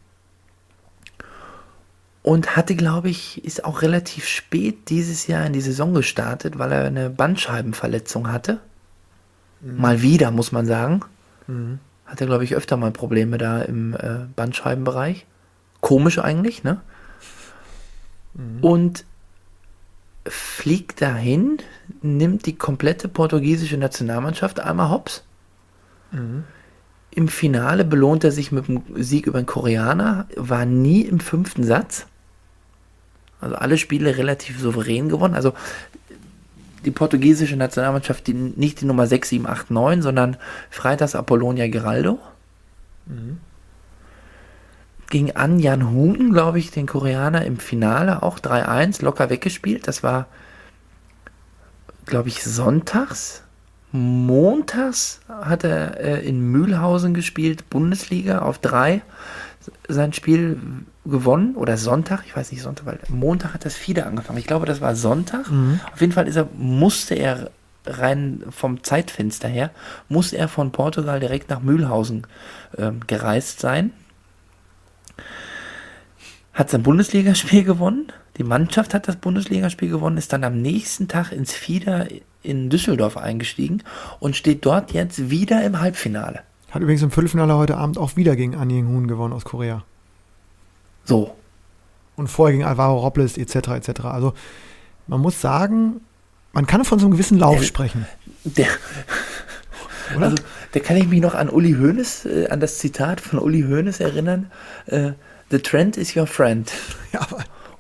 Und hatte, glaube ich, ist auch relativ spät dieses Jahr in die Saison gestartet, weil er eine Bandscheibenverletzung hatte. Mhm. Mal wieder, muss man sagen. Mhm. Hatte, glaube ich, öfter mal Probleme da im äh, Bandscheibenbereich. Komisch eigentlich, ne? Mhm. Und fliegt dahin, nimmt die komplette portugiesische Nationalmannschaft einmal hops. Mhm. Im Finale belohnt er sich mit dem Sieg über den Koreaner, war nie im fünften Satz. Also alle Spiele relativ souverän gewonnen. Also die portugiesische Nationalmannschaft, die, nicht die Nummer sechs, sieben, acht, neun, sondern Freitas Apollonia Geraldo. Mhm. Gegen An Jan Hugen, glaube ich, den Koreaner im Finale auch drei eins locker weggespielt. Das war, glaube ich, sonntags. Montags hat er äh, in Mühlhausen gespielt, Bundesliga auf drei. Sein Spiel gewonnen, oder Sonntag, ich weiß nicht, Sonntag, weil Montag hat das Fieder angefangen. Ich glaube, das war Sonntag. Mhm. Auf jeden Fall ist er, musste er rein vom Zeitfenster her, musste er von Portugal direkt nach Mühlhausen äh, gereist sein. Hat sein Bundesligaspiel gewonnen. Die Mannschaft hat das Bundesligaspiel gewonnen, ist dann am nächsten Tag ins Fieder in Düsseldorf eingestiegen und steht dort jetzt wieder im Halbfinale. Hat übrigens im Viertelfinale heute Abend auch wieder gegen An Ying-hoon gewonnen aus Korea. So. Und vorher gegen Alvaro Robles et cetera et cetera. Also man muss sagen, man kann von so einem gewissen Lauf der, sprechen. Der, also, da kann ich mich noch an Uli Hoeneß, äh, an das Zitat von Uli Hoeneß erinnern. Äh, The trend is your friend. Ja, aber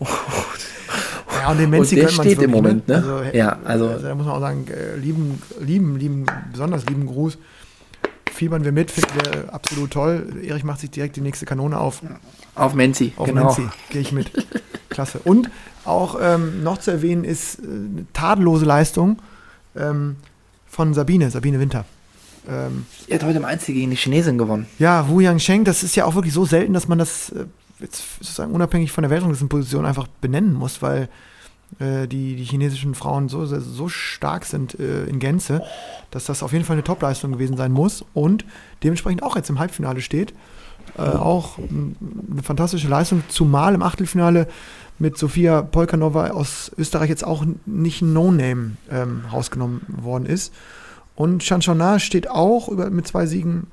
ja, und den Menzi der steht im Moment, ne? Also, ja, also, also da muss man auch sagen, äh, lieben, lieben, lieben, besonders lieben Gruß. Fiebern wir mit, finden wir absolut toll. Erich macht sich direkt die nächste Kanone auf. Auf Menzi, Auf genau. Menzi, gehe ich mit. Klasse. Und auch ähm, noch zu erwähnen ist äh, eine tadellose Leistung ähm, von Sabine, Sabine Winter. Ähm, er hat heute im Einzel gegen die Chinesin gewonnen. Ja, Wu Yangsheng, das ist ja auch wirklich so selten, dass man das äh, jetzt sozusagen unabhängig von der Weltranglistenposition einfach benennen muss, weil äh, die, die chinesischen Frauen so, so stark sind äh, in Gänze, dass das auf jeden Fall eine Topleistung gewesen sein muss und dementsprechend auch jetzt im Halbfinale steht. Äh, auch m, eine fantastische Leistung, zumal im Achtelfinale mit Sofia Polkanova aus Österreich jetzt auch nicht ein No-Name ähm, rausgenommen worden ist. Und Chanchona steht auch über, mit zwei Siegen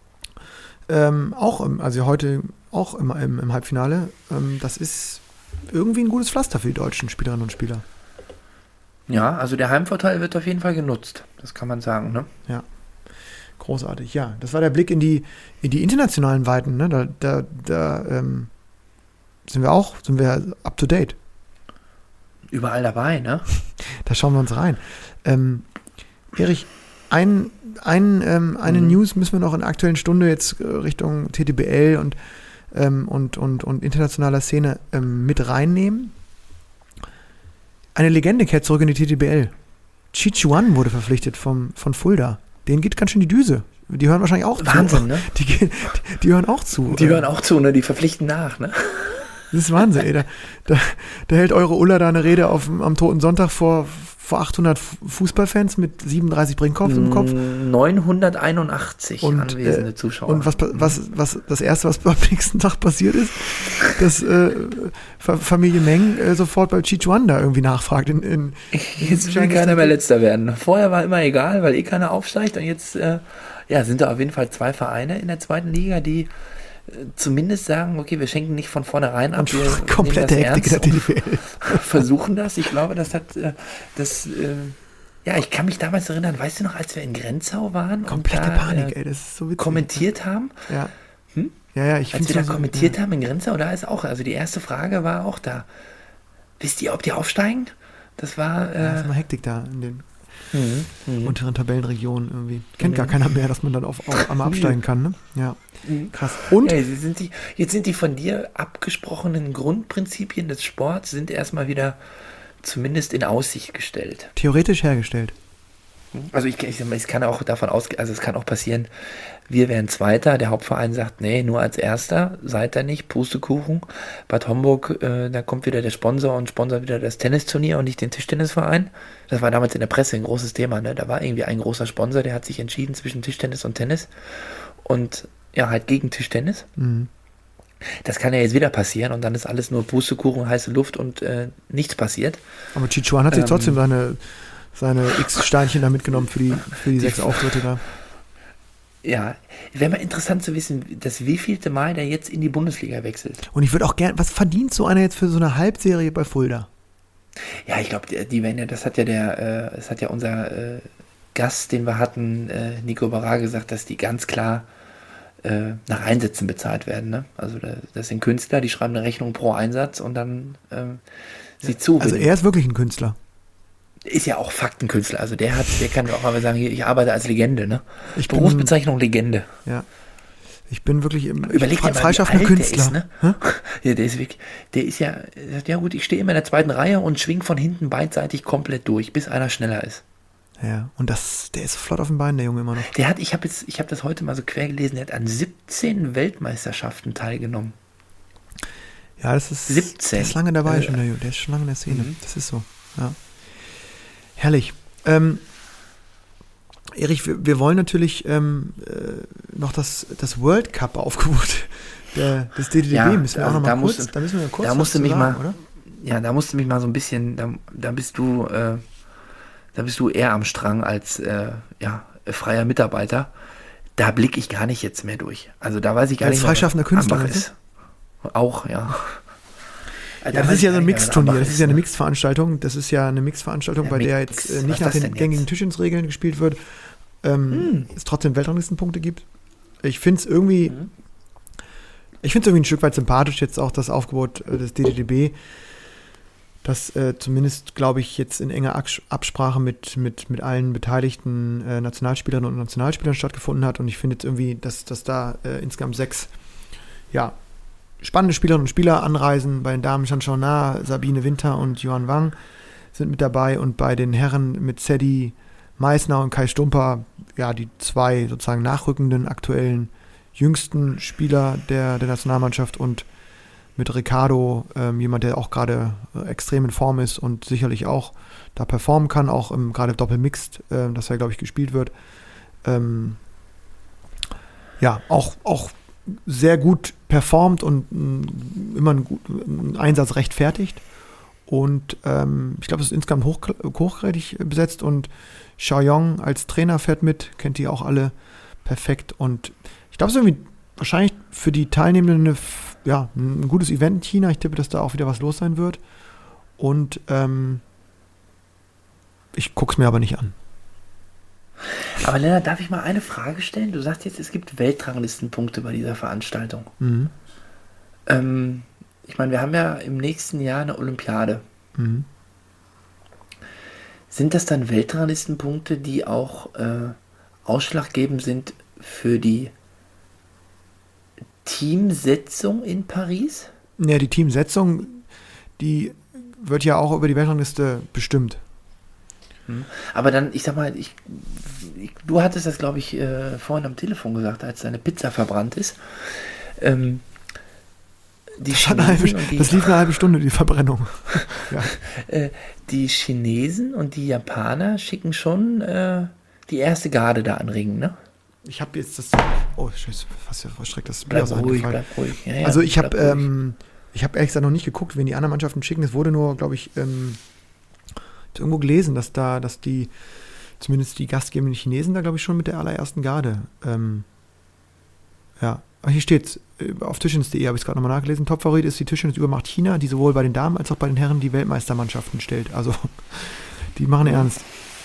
ähm, auch, im, also heute auch im, im, im Halbfinale. Ähm, das ist irgendwie ein gutes Pflaster für die deutschen Spielerinnen und Spieler. Ja, also der Heimvorteil wird auf jeden Fall genutzt. Das kann man sagen, ne? Ja, großartig. Ja, das war der Blick in die, in die internationalen Weiten. Ne? Da, da, da ähm, sind wir auch, sind wir up to date. Überall dabei, ne? Da schauen wir uns rein. Ähm, Erich, Ein, ein, ähm, eine mhm. News müssen wir noch in der aktuellen Stunde jetzt Richtung T T B L und, ähm, und, und, und internationaler Szene ähm, mit reinnehmen. Eine Legende kehrt zurück in die T T B L. Chi Chuan wurde verpflichtet vom, von Fulda. Denen geht ganz schön die Düse. Die hören wahrscheinlich auch Wahnsinn, zu. Ne? Die, die, die hören auch zu. Die hören auch zu, ne? Die verpflichten nach, ne? Das ist Wahnsinn, ey. Da, da, da hält eure Ulla da eine Rede auf, am Toten Sonntag vor, vor achthundert Fußballfans mit siebenunddreißig Brinkhoff im Kopf. neunhunderteinundachtzig und, anwesende äh, Zuschauer. Und was, was, was das Erste, was am nächsten Tag passiert ist, dass äh, Familie Meng äh, sofort bei Chi Chuan da irgendwie nachfragt. In, in, jetzt will keiner mehr Letzter werden. Vorher war immer egal, weil eh keiner aufsteigt. Und jetzt äh, ja, sind da auf jeden Fall zwei Vereine in der zweiten Liga, die zumindest sagen, okay, wir schenken nicht von vornherein ab, wir komplette Hektik in der T T B L. Versuchen das. Ich glaube, das hat das äh, ja, ich kann mich damals erinnern, weißt du noch, als wir in Grenzau waren komplette und da, Panik, äh, ey, das ist so witzig. Kommentiert haben. Ja. Hm? Ja, ja, ich Als wir da so, kommentiert ja. haben in Grenzau, da ist auch, also die erste Frage war auch da. Wisst ihr, ob die aufsteigen? Das war äh, ja, das ist mal Hektik da in den Mhm. Mhm. unteren Tabellenregionen irgendwie. Kennt Mhm. gar keiner mehr, dass man dann auf, auf einmal absteigen kann, ne? Ja, Mhm. krass. Und? Ja, jetzt sind die, jetzt sind die von dir abgesprochenen Grundprinzipien des Sports sind erstmal wieder zumindest in Aussicht gestellt. Theoretisch hergestellt. Also ich, ich, es kann auch davon ausgehen, also es kann auch passieren, wir wären Zweiter, der Hauptverein sagt, nee, nur als Erster, seid ihr nicht, Pustekuchen. Bad Homburg, äh, da kommt wieder der Sponsor und sponsert wieder das Tennisturnier und nicht den Tischtennisverein. Das war damals in der Presse ein großes Thema, ne? Da war irgendwie ein großer Sponsor, der hat sich entschieden zwischen Tischtennis und Tennis und ja, halt gegen Tischtennis. Mhm. Das kann ja jetzt wieder passieren und dann ist alles nur Pustekuchen, heiße Luft und äh, nichts passiert. Aber Chichuan hat sich Ähm, trotzdem seine, seine X-Steinchen da mitgenommen für die, für die Die- sechs Auftritte da. Ja, wäre mal interessant zu wissen, das wievielte Mal der jetzt in die Bundesliga wechselt. Und ich würde auch gerne, was verdient so einer jetzt für so eine Halbserie bei Fulda? Ja, ich glaube, die, die werden ja, das hat ja der, äh, das hat ja unser äh, Gast, den wir hatten, äh, Nico Barra, gesagt, dass die ganz klar äh, nach Einsätzen bezahlt werden. Ne? Also da, das sind Künstler, die schreiben eine Rechnung pro Einsatz und dann äh, sie zu. Also er ist wirklich ein Künstler. Ist ja auch Faktenkünstler, also der hat, der kann auch mal sagen, hier, ich arbeite als Legende, ne? Ich bin, Berufsbezeichnung Legende. ja. Ich bin wirklich im Überleg dir fre- mal, wie freischaffender alt der Künstler. ist, ne? Hä? Ja, der ist wirklich, der ist ja, er sagt, ja gut, ich stehe immer in der zweiten Reihe und schwing von hinten beidseitig komplett durch, bis einer schneller ist. Ja, und das, der ist flott auf den Beinen, der Junge immer noch. Der hat, ich habe jetzt, ich habe das heute mal so quer gelesen, der hat an siebzehn Weltmeisterschaften teilgenommen. Ja, das ist, siebzehn. der ist lange dabei Äh, schon, der Junge. Der ist schon lange in der Szene. Mhm. Das ist so, ja. Herrlich. Ähm, Erich, wir, wir wollen natürlich ähm, äh, noch das, das World Cup Aufgebot der, des D D D B Ja, müssen wir auch also noch mal da kurz, musst du- da müssen wir kurz da was musst du zu mich sagen, mal- oder? Ja, da musst du mich mal so ein bisschen, da, da bist du, äh, da bist du eher am Strang als äh, ja, freier Mitarbeiter. Da blicke ich gar nicht jetzt mehr durch. Also da weiß ich gar Als nicht mehr, was freischaffender Künstler, Ambach meinst ist. Auch, ja. Ja, das ist ja so ein Mixturnier, das ist ja eine Mixveranstaltung. Das ist ja eine Mixveranstaltung, Ja, bei der Mix. jetzt äh, Was nicht ist nach das den denn gängigen jetzt? Tischtennisregeln gespielt wird, ähm, es trotzdem Weltranglistenpunkte gibt. Ich finde es irgendwie, Mhm. ich finde es irgendwie ein Stück weit sympathisch jetzt auch das Aufgebot äh, des D D D B, das äh, zumindest, glaube ich, jetzt in enger Abs- Absprache mit, mit, mit allen beteiligten äh, Nationalspielerinnen und Nationalspielern stattgefunden hat. Und ich finde jetzt irgendwie, dass, dass da äh, insgesamt sechs, ja, spannende Spielerinnen und Spieler anreisen. Bei den Damen Shan Na, Sabine Winter und Johann Wang sind mit dabei und bei den Herren mit Zeddy Meissner und Kai Stumper, ja, die zwei sozusagen nachrückenden, aktuellen, jüngsten Spieler der, der Nationalmannschaft und mit Ricardo, ähm, jemand, der auch gerade äh, extrem in Form ist und sicherlich auch da performen kann, auch ähm, gerade Doppelmixed, äh, das ja, glaube ich, gespielt wird. Ähm, ja, auch, auch sehr gut performt und mh, immer einen, guten Einsatz rechtfertigt. Und ähm, ich glaube, es ist insgesamt hoch, hochgradig besetzt und Xiaoyong als Trainer fährt mit, kennt die auch alle perfekt. Und ich glaube, es ist irgendwie wahrscheinlich für die Teilnehmenden eine, ja, ein gutes Event in China. Ich tippe, dass da auch wieder was los sein wird. Und ähm, ich gucke es mir aber nicht an. Aber Lennart, darf ich mal eine Frage stellen? Du sagst jetzt, es gibt Weltranglistenpunkte bei dieser Veranstaltung. Mhm. Ähm, ich meine, wir haben ja im nächsten Jahr eine Olympiade. Mhm. Sind das dann Weltranglistenpunkte, die auch äh, ausschlaggebend sind für die Teamsetzung in Paris? Ja, die Teamsetzung, die wird ja auch über die Weltrangliste bestimmt. Aber dann, ich sag mal, ich, ich, du hattest das, glaube ich, äh, vorhin am Telefon gesagt, als deine Pizza verbrannt ist. Ähm, die Das, hat eine halbe, Chinesen und die, das lief eine halbe Stunde, die Verbrennung. Ja. äh, die Chinesen und die Japaner schicken schon äh, die erste Garde da an Ringen, ne? Ich habe jetzt das. Oh, scheiße, fast ja verstreckt das Bier Bleib aus der Hand ruhig, gefallen. bleib ruhig. Ja, ja, Also ich habe bleib ruhig. ähm, ich habe ehrlich gesagt noch nicht geguckt, wen die anderen Mannschaften schicken. Es wurde nur, glaube ich, ähm, ich hab irgendwo gelesen, dass da, dass die, zumindest die gastgebenden Chinesen da, glaube ich, schon mit der allerersten Garde. Ähm, ja, aber hier steht's, äh, auf tischtennis punkt de habe ich es gerade nochmal nachgelesen. Topfavorit ist die Tischtennisübermacht China, die sowohl bei den Damen als auch bei den Herren die Weltmeistermannschaften stellt. Also die machen ernst.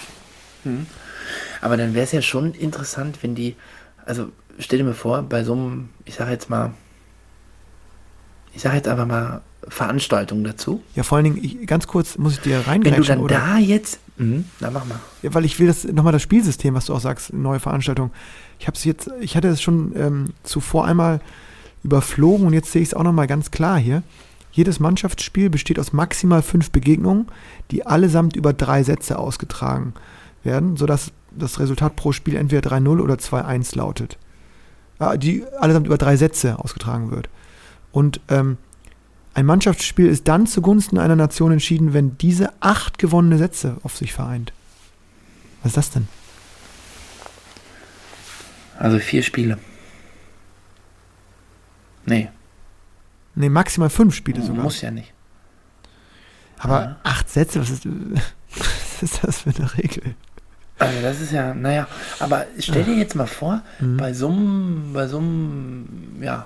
Aber dann wäre es ja schon interessant, wenn die, also stell dir mir vor, bei so einem, ich sage jetzt mal, ich sage jetzt einfach mal Veranstaltung dazu. Ja, vor allen Dingen, ich, ganz kurz muss ich dir reingreifen. Wenn du dann oder? da jetzt, mh, na mach mal. Ja, weil ich will das nochmal das Spielsystem, was du auch sagst, neue Veranstaltung. Ich habe es jetzt, ich hatte es schon ähm, zuvor einmal überflogen und jetzt sehe ich es auch nochmal ganz klar hier. Jedes Mannschaftsspiel besteht aus maximal fünf Begegnungen, die allesamt über drei Sätze ausgetragen werden, sodass das Resultat pro Spiel entweder drei null oder zwei eins lautet. Ah, die allesamt über drei Sätze ausgetragen wird. Und ähm, ein Mannschaftsspiel ist dann zugunsten einer Nation entschieden, wenn diese acht gewonnene Sätze auf sich vereint. Was ist das denn? Also vier Spiele. Nee. Nee, maximal fünf Spiele sogar. Muss ja nicht. Aber ja. acht Sätze, was ist, was ist das für eine Regel? Also das ist ja, naja, aber stell dir jetzt mal vor, mhm. bei so einem, bei so einem, ja,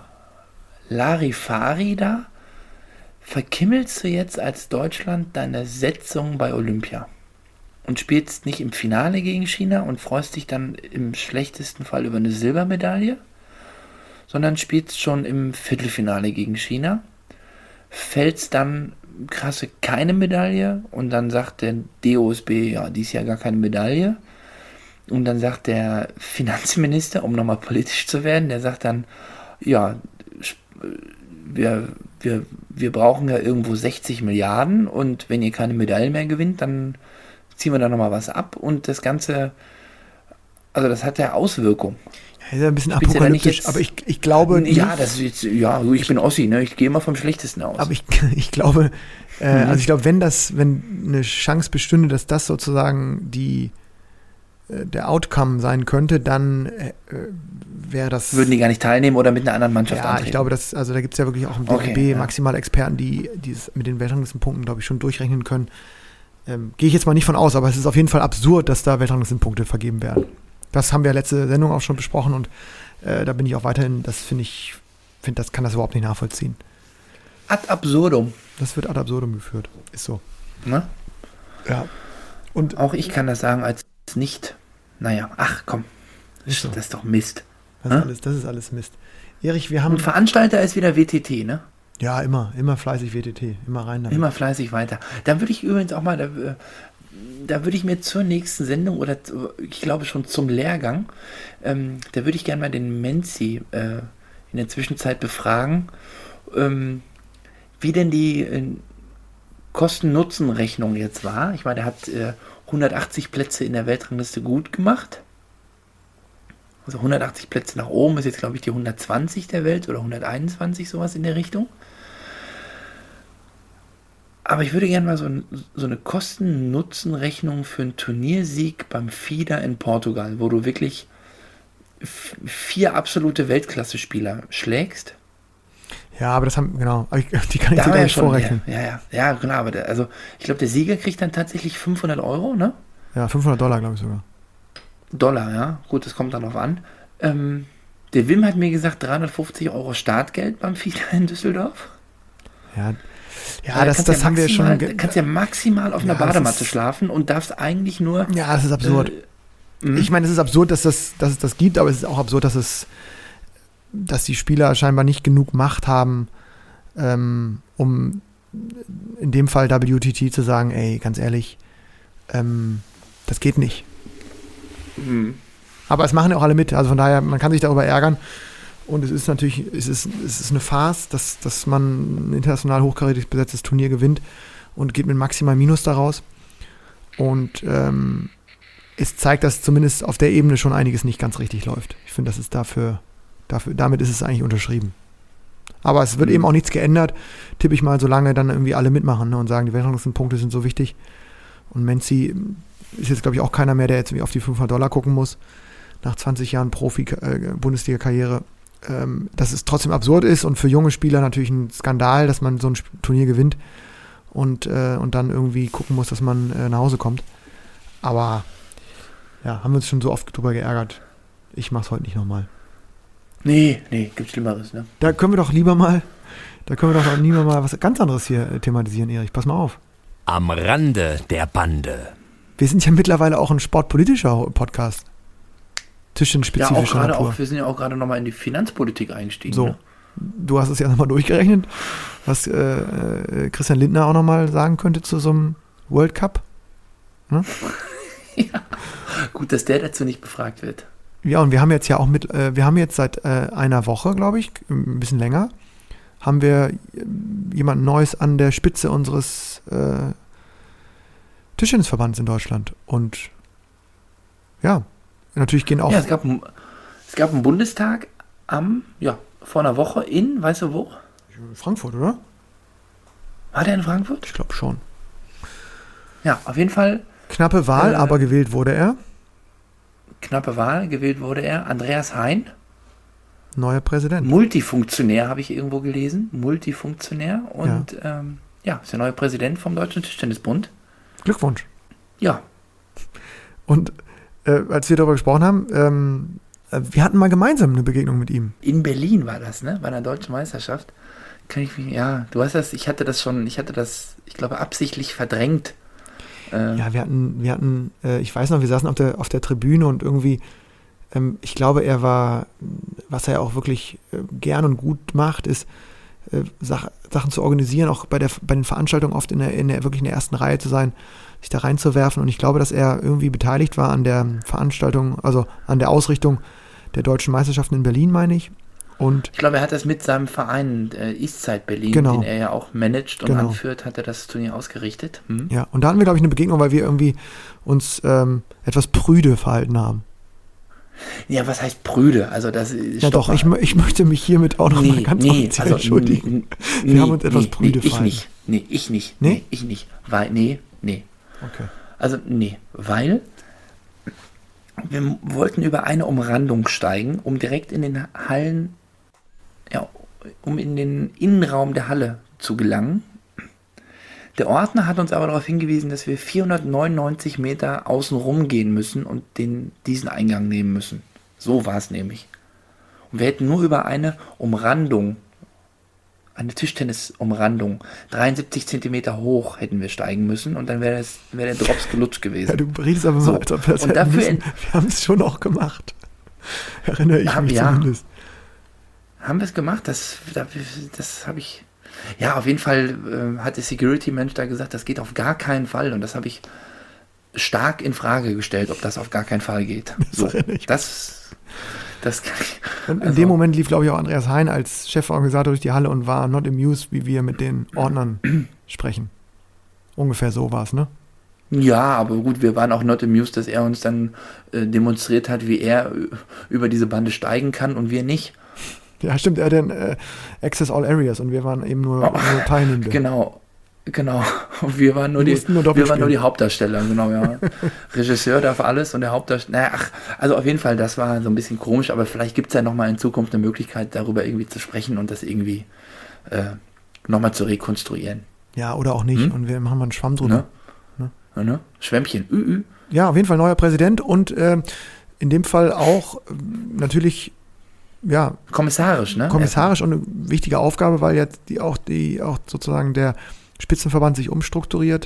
Larifari da, verkimmelst du jetzt als Deutschland deine Setzung bei Olympia und spielst nicht im Finale gegen China und freust dich dann im schlechtesten Fall über eine Silbermedaille, sondern spielst schon im Viertelfinale gegen China, fällst dann krasse keine Medaille und dann sagt der D O S B, ja, die ist ja gar keine Medaille. Und dann sagt der Finanzminister, um nochmal politisch zu werden, der sagt dann, ja, wir, wir, wir brauchen ja irgendwo sechzig Milliarden und wenn ihr keine Medaille mehr gewinnt, dann ziehen wir da nochmal was ab und das Ganze, also das hat ja Auswirkungen. Ja, ist ein bisschen apokalyptisch, jetzt, aber ich, ich glaube... Ja, das ist jetzt, ja, ich bin Ossi, ne? Ich gehe immer vom Schlechtesten aus. Aber ich, ich glaube, äh, mhm. also ich glaube, wenn das, wenn eine Chance bestünde, dass das sozusagen die äh, der Outcome sein könnte, dann äh, wäre das... Würden die gar nicht teilnehmen oder mit einer anderen Mannschaft ja, antreten? Ich glaube, dass, also da gibt es ja wirklich auch im D F B okay, ja. maximale Experten, die, die es mit den Weltranglistenpunkten, glaube ich, schon durchrechnen können. Ähm, Gehe ich jetzt mal nicht von aus, aber es ist auf jeden Fall absurd, dass da Weltranglistenpunkte vergeben werden. Das haben wir letzte Sendung auch schon besprochen und äh, da bin ich auch weiterhin, das finde ich, finde, das kann das überhaupt nicht nachvollziehen. Ad absurdum. Das wird ad absurdum geführt, ist so. Ne? Ja. Und auch ich kann das sagen als nicht, naja, ach komm, ist so. Das ist doch Mist. Das ist, alles, das ist alles Mist. Erich, wir haben... Und Veranstalter ist wieder W T T, ne? Ja, immer, immer fleißig W T T, immer rein damit. Immer fleißig weiter. Dann würde ich übrigens auch mal... Da, Da würde ich mir zur nächsten Sendung oder ich glaube schon zum Lehrgang, ähm, da würde ich gerne mal den Menzi äh, in der Zwischenzeit befragen, ähm, wie denn die äh, Kosten-Nutzen-Rechnung jetzt war. Ich meine, der hat äh, hundertachtzig Plätze in der Weltrangliste gut gemacht. Also hundertachtzig Plätze nach oben ist jetzt, glaube ich, die hundertzwanzig der Welt oder hunderteinundzwanzig, sowas in der Richtung. Aber ich würde gerne mal so, ein, so eine Kosten-Nutzen-Rechnung für einen Turniersieg beim F I D A in Portugal, wo du wirklich f- vier absolute Weltklasse-Spieler schlägst. Ja, aber das haben, genau, die kann ich da dir gar ja nicht schon, vorrechnen. Ja, ja, ja, genau, aber der, also ich glaube, der Sieger kriegt dann tatsächlich fünfhundert Euro, ne? Ja, fünfhundert Dollar, glaube ich sogar. Dollar, ja, gut, das kommt dann drauf an. Ähm, der Wim hat mir gesagt, dreihundertfünfzig Euro Startgeld beim F I D A in Düsseldorf. Ja, Ja, das, das ja haben wir schon. Du kannst ja maximal auf einer ja, Badematte ist, schlafen und darfst eigentlich nur. Ja, das ist absurd. Äh, ich meine, es ist absurd, dass, das, dass es das gibt, aber es ist auch absurd, dass es, dass die Spieler scheinbar nicht genug Macht haben, ähm, um in dem Fall W T T zu sagen, ey, ganz ehrlich, ähm, das geht nicht. Mhm. Aber es machen ja auch alle mit, also von daher, man kann sich darüber ärgern. Und es ist natürlich, es ist, es ist eine Farce, dass, dass man ein international hochkarätig besetztes Turnier gewinnt und geht mit maximal Minus daraus. Und ähm, es zeigt, dass zumindest auf der Ebene schon einiges nicht ganz richtig läuft. Ich finde, das ist dafür, dafür, damit ist es eigentlich unterschrieben. Aber es wird mhm. eben auch nichts geändert, tippe ich mal, solange dann irgendwie alle mitmachen, ne, und sagen, die Weltranglistenpunkte sind so wichtig. Und Menzi ist jetzt, glaube ich, auch keiner mehr, der jetzt irgendwie auf die fünfhundert Dollar gucken muss, nach zwanzig Jahren Profi-Bundesliga-Karriere. Ähm, dass es trotzdem absurd ist und für junge Spieler natürlich ein Skandal, dass man so ein Turnier gewinnt und, äh, und dann irgendwie gucken muss, dass man äh, nach Hause kommt. Aber ja, haben wir uns schon so oft drüber geärgert. Ich mach's heute nicht nochmal. Nee, nee, gibt's Schlimmeres, ne? Da können wir doch lieber mal, da können wir doch lieber mal was ganz anderes hier äh, thematisieren, Erich. Pass mal auf. Am Rande der Bande. Wir sind ja mittlerweile auch ein sportpolitischer Podcast. Tischtennisspezifischer ja, auch gerade Natur. auch, wir sind ja auch gerade nochmal in die Finanzpolitik eingestiegen. So. Ne? du hast es ja nochmal durchgerechnet, was äh, äh, Christian Lindner auch nochmal sagen könnte zu so einem World Cup. Ne? Ja, gut, dass der dazu nicht befragt wird. Ja, und wir haben jetzt ja auch mit, äh, wir haben jetzt seit äh, einer Woche, glaube ich, ein bisschen länger, haben wir jemand Neues an der Spitze unseres äh, Tischtennisverbands in Deutschland. Und ja, natürlich gehen auch... Ja, es gab, es gab einen Bundestag am, ja, vor einer Woche in, weißt du wo? Frankfurt, oder? War der in Frankfurt? Ich glaube schon. Ja, auf jeden Fall. Knappe Wahl, äh, aber gewählt wurde er. Knappe Wahl, gewählt wurde er. Andreas Hein. Neuer Präsident. Multifunktionär, habe ich irgendwo gelesen. Multifunktionär. Und ja, ähm, ja ist der neue Präsident vom Deutschen Tischtennisbund. Glückwunsch. Ja. Und äh, als wir darüber gesprochen haben, ähm, wir hatten mal gemeinsam eine Begegnung mit ihm. In Berlin war das, ne? Bei der Deutschen Meisterschaft. Kann ich mich, ja, du hast das, ich hatte das schon, ich hatte das, ich glaube, absichtlich verdrängt. Äh, ja, wir hatten, wir hatten, äh, ich weiß noch, wir saßen auf der, auf der Tribüne und irgendwie, ähm, ich glaube, er war, was er auch wirklich äh, gern und gut macht, ist, äh, Sach, Sachen zu organisieren, auch bei, der, bei den Veranstaltungen oft in der, in der, wirklich in der ersten Reihe zu sein, sich da reinzuwerfen. Und ich glaube, dass er irgendwie beteiligt war an der Veranstaltung, also an der Ausrichtung der Deutschen Meisterschaften in Berlin, meine ich. Und ich glaube, er hat das mit seinem Verein äh, Eastside Berlin, genau, den er ja auch managt und genau. anführt, hat er das Turnier ausgerichtet. Hm? Ja, und da hatten wir, glaube ich, eine Begegnung, weil wir irgendwie uns ähm, etwas prüde verhalten haben. Ja, was heißt prüde? Also das Ja doch, ich, ich möchte mich hiermit auch noch nee, mal ganz nee, offiziell also, entschuldigen. Nee, wir haben uns etwas nee, prüde nee, ich verhalten. nicht. Nee, ich nicht. Nee? Nee, ich nicht. Weil, nee, nee. Okay. Also, nee, weil wir wollten über eine Umrandung steigen, um direkt in den Hallen, ja, um in den Innenraum der Halle zu gelangen. Der Ordner hat uns aber darauf hingewiesen, dass wir vierhundertneunundneunzig Meter außen rum gehen müssen und den, diesen Eingang nehmen müssen. So war es nämlich. Und wir hätten nur über eine Umrandung, eine Tischtennis-Umrandung, dreiundsiebzig Zentimeter hoch hätten wir steigen müssen und dann wäre das, wäre der Drops gelutscht gewesen. Ja, du redest aber so, als ob wir das und dafür müssen. Wir haben es schon auch gemacht. Erinnere ich Hab, mich ja. zumindest. Haben wir es gemacht? Das, das, das habe ich... Ja, auf jeden Fall äh, hat der Security-Mensch da gesagt, das geht auf gar keinen Fall. Und das habe ich stark in Frage gestellt, ob das auf gar keinen Fall geht. Das So, erinnere ich. das, das kann ich, Und in also, dem Moment lief, glaube ich, auch Andreas Hein als Cheforganisator durch die Halle und war not amused, wie wir mit den Ordnern sprechen. Ungefähr so war es, ne? Ja, aber gut, wir waren auch not amused, dass er uns dann äh, demonstriert hat, wie er äh, über diese Bande steigen kann und wir nicht. Ja, stimmt, er hat den äh, Access All Areas und wir waren eben nur, Oh, nur Teilnehmende. Genau, genau. Und wir waren nur, Wir die, mussten nur wir doppelt waren nur die spielen. Hauptdarsteller, genau, ja. Regisseur darf alles und der Hauptdarsteller, naja, ach, also auf jeden Fall, das war so ein bisschen komisch, aber vielleicht gibt es ja nochmal in Zukunft eine Möglichkeit, darüber irgendwie zu sprechen und das irgendwie äh, nochmal zu rekonstruieren. Ja, oder auch nicht. Hm? Und wir machen mal einen Schwamm drüber. Ne? Ja, ne? Schwämmchen, ü, ü. Ja, auf jeden Fall neuer Präsident und äh, in dem Fall auch äh, natürlich ja, Kommissarisch, ne? kommissarisch und eine wichtige Aufgabe, weil jetzt die auch die auch sozusagen der Spitzenverband sich umstrukturiert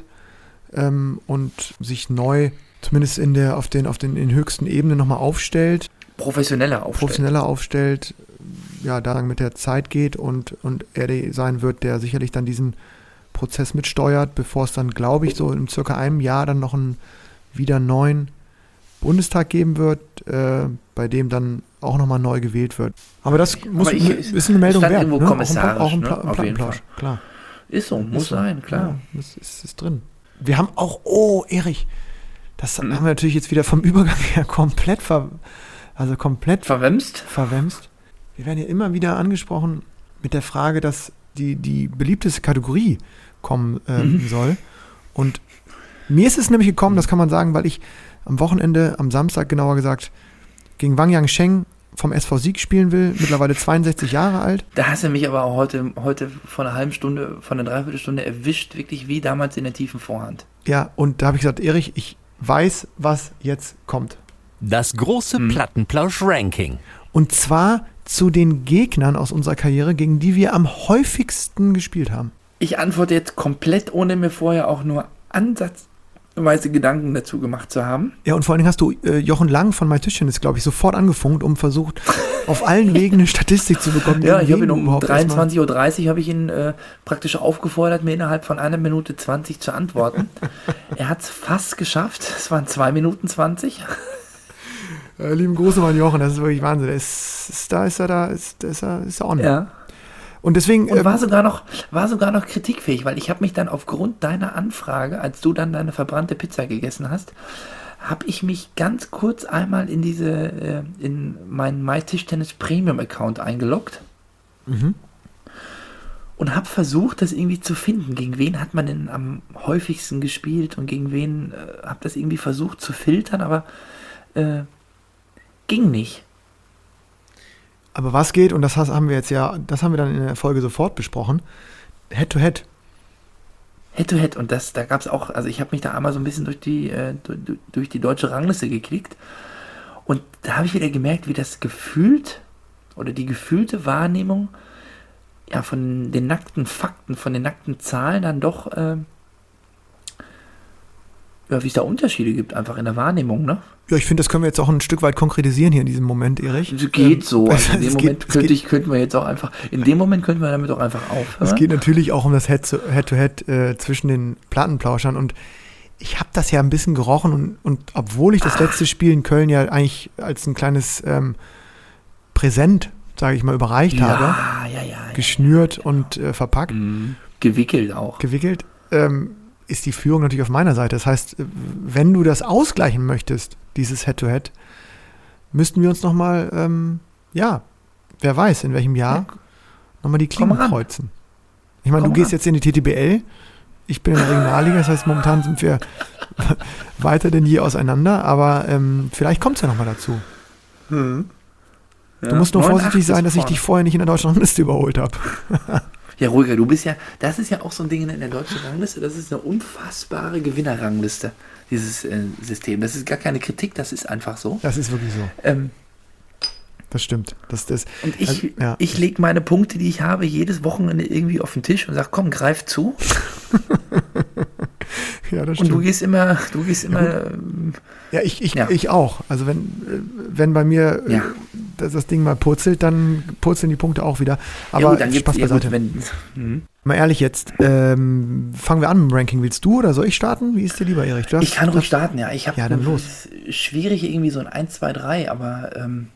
ähm, und sich neu, zumindest in der auf den auf den in höchsten Ebenen nochmal aufstellt, Professioneller aufstellt. professioneller aufstellt, ja, da mit der Zeit geht und und er der sein wird, der sicherlich dann diesen Prozess mitsteuert, bevor es dann, glaube ich, so in circa einem Jahr dann noch einen wieder neuen Bundestag geben wird, äh, bei dem dann auch nochmal neu gewählt wird. Aber das muss, ich- ist eine Meldung stand wert. irgendwo Ne? kommissarisch, auch im, ne? Pla- im Auf jeden Plattenplausch, Fall. klar. Ist so, muss Ist so. sein, klar. Ja, das ist, ist drin. Wir haben auch, oh, Erich, das Mhm. haben wir natürlich jetzt wieder vom Übergang her komplett, ver, also komplett Verwemst? verwemst. Wir werden ja immer wieder angesprochen mit der Frage, dass die, die beliebteste Kategorie kommen ähm, Mhm. soll. Und mir ist es nämlich gekommen, das kann man sagen, weil ich am Wochenende, am Samstag genauer gesagt, gegen Wang Yangsheng vom S V Sieg spielen will, mittlerweile zweiundsechzig Jahre alt. Da hast du mich aber auch heute, heute von einer halben Stunde, von einer Dreiviertelstunde erwischt, wirklich wie damals in der tiefen Vorhand. Ja, und da habe ich gesagt, Erich, ich weiß, was jetzt kommt. Das große Hm. Plattenplausch-Ranking. Und zwar zu den Gegnern aus unserer Karriere, gegen die wir am häufigsten gespielt haben. Ich antworte jetzt komplett, ohne mir vorher auch nur Ansatz, weise Gedanken dazu gemacht zu haben. Ja, und vor allen Dingen hast du äh, Jochen Lang von MyTischtennis, glaube ich, sofort angefunkt, um versucht, auf allen Wegen eine Statistik zu bekommen. Ja, ich habe ihn wen du um überhaupt dreiundzwanzig Uhr dreißig habe ich ihn äh, praktisch aufgefordert, mir innerhalb von einer Minute zwanzig zu antworten. Er hat es fast geschafft. Es waren zwei Minuten zwanzig. Äh, lieben Gruß an Jochen, das ist wirklich Wahnsinn. Ist, ist, da ist er da, ist, ist er, ist er on. Ja. Und deswegen. Und ähm, war sogar noch, war sogar noch kritikfähig, weil ich habe mich dann aufgrund deiner Anfrage, als du dann deine verbrannte Pizza gegessen hast, habe ich mich ganz kurz einmal in diese, äh, in meinen MyTischtennis Premium Account eingeloggt. Mhm. Und habe versucht, das irgendwie zu finden. Gegen wen hat man denn am häufigsten gespielt und gegen wen äh, habe das irgendwie versucht zu filtern, aber äh, ging nicht. Aber was geht, und das haben wir jetzt ja, das haben wir dann in der Folge sofort besprochen, Head-to-Head. Head-to-Head. Und das, da gab es auch, also ich habe mich da einmal so ein bisschen durch die, äh, durch, durch die deutsche Rangliste geklickt. Und da habe ich wieder gemerkt, wie das gefühlt oder die gefühlte Wahrnehmung ja, von den nackten Fakten, von den nackten Zahlen dann doch, äh, ja, wie es da Unterschiede gibt, einfach in der Wahrnehmung, ne? Ja, ich finde, das können wir jetzt auch ein Stück weit konkretisieren hier in diesem Moment, Erich. Es geht so. Also in es dem Moment geht, könnte geht, ich, könnten wir jetzt auch einfach, in dem Moment könnten wir damit auch einfach aufhören. Es geht natürlich auch um das Head-to-Head äh, zwischen den Plattenplauschern und ich habe das ja ein bisschen gerochen und, und obwohl ich das Ach. letzte Spiel in Köln ja eigentlich als ein kleines ähm, Präsent, sage ich mal, überreicht ja, habe, ja, ja, geschnürt ja, ja, genau. und äh, verpackt. Mhm. Gewickelt auch. Gewickelt, ähm, ist die Führung natürlich auf meiner Seite. Das heißt, wenn du das ausgleichen möchtest, dieses Head-to-Head, müssten wir uns nochmal, ähm, ja, wer weiß, in welchem Jahr, ja. nochmal die Klingen kreuzen. Ich meine, du gehst ran. Jetzt in die T T B L, ich bin in der Regionalliga, das heißt, momentan sind wir weiter denn je auseinander, aber ähm, vielleicht kommt es ja nochmal dazu. Hm. Ja, du musst nur vorsichtig sein, dass ich dich vorher nicht in der deutschen Rangliste überholt habe. Ja, Ruhiger, du bist ja, das ist ja auch so ein Ding in der deutschen Rangliste, das ist eine unfassbare Gewinnerrangliste, dieses äh, System. Das ist gar keine Kritik, das ist einfach so. Das ist wirklich so. Ähm, das stimmt. Das, das, und ich, also, ja. ich lege meine Punkte, die ich habe, jedes Wochenende irgendwie auf den Tisch und sage, komm, greif zu. Ja, das und stimmt. du gehst immer, du gehst immer. Ja, ja ich, ich, ja. ich auch. Also wenn, wenn bei mir ja. das, das Ding mal purzelt, dann purzeln die Punkte auch wieder. Aber ja, gut, dann Spaß ja, beiseite. Gut, wenn, hm. Mal ehrlich jetzt, ähm, fangen wir an mit dem Ranking. Willst du oder soll ich starten? Wie ist dir lieber, Erich? Du hast, ich kann ruhig starten, ja. Ich habe ja, dann los. Schwierig irgendwie so ein eins, zwei, drei, aber ähm,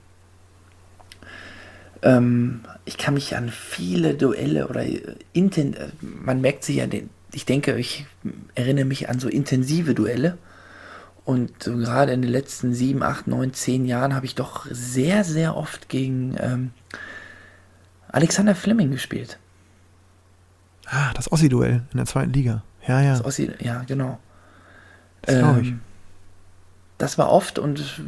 ähm, ich kann mich an viele Duelle oder inten, man merkt sie ja, den, ich denke, ich erinnere mich an so intensive Duelle. Und so gerade in den letzten sieben, acht, neun, zehn Jahren habe ich doch sehr, sehr oft gegen ähm, Alexander Fleming gespielt. Ah, das Ossi-Duell in der zweiten Liga. Ja, ja. Das Ossi, ja, genau. Das glaube ich. Ähm, das war oft und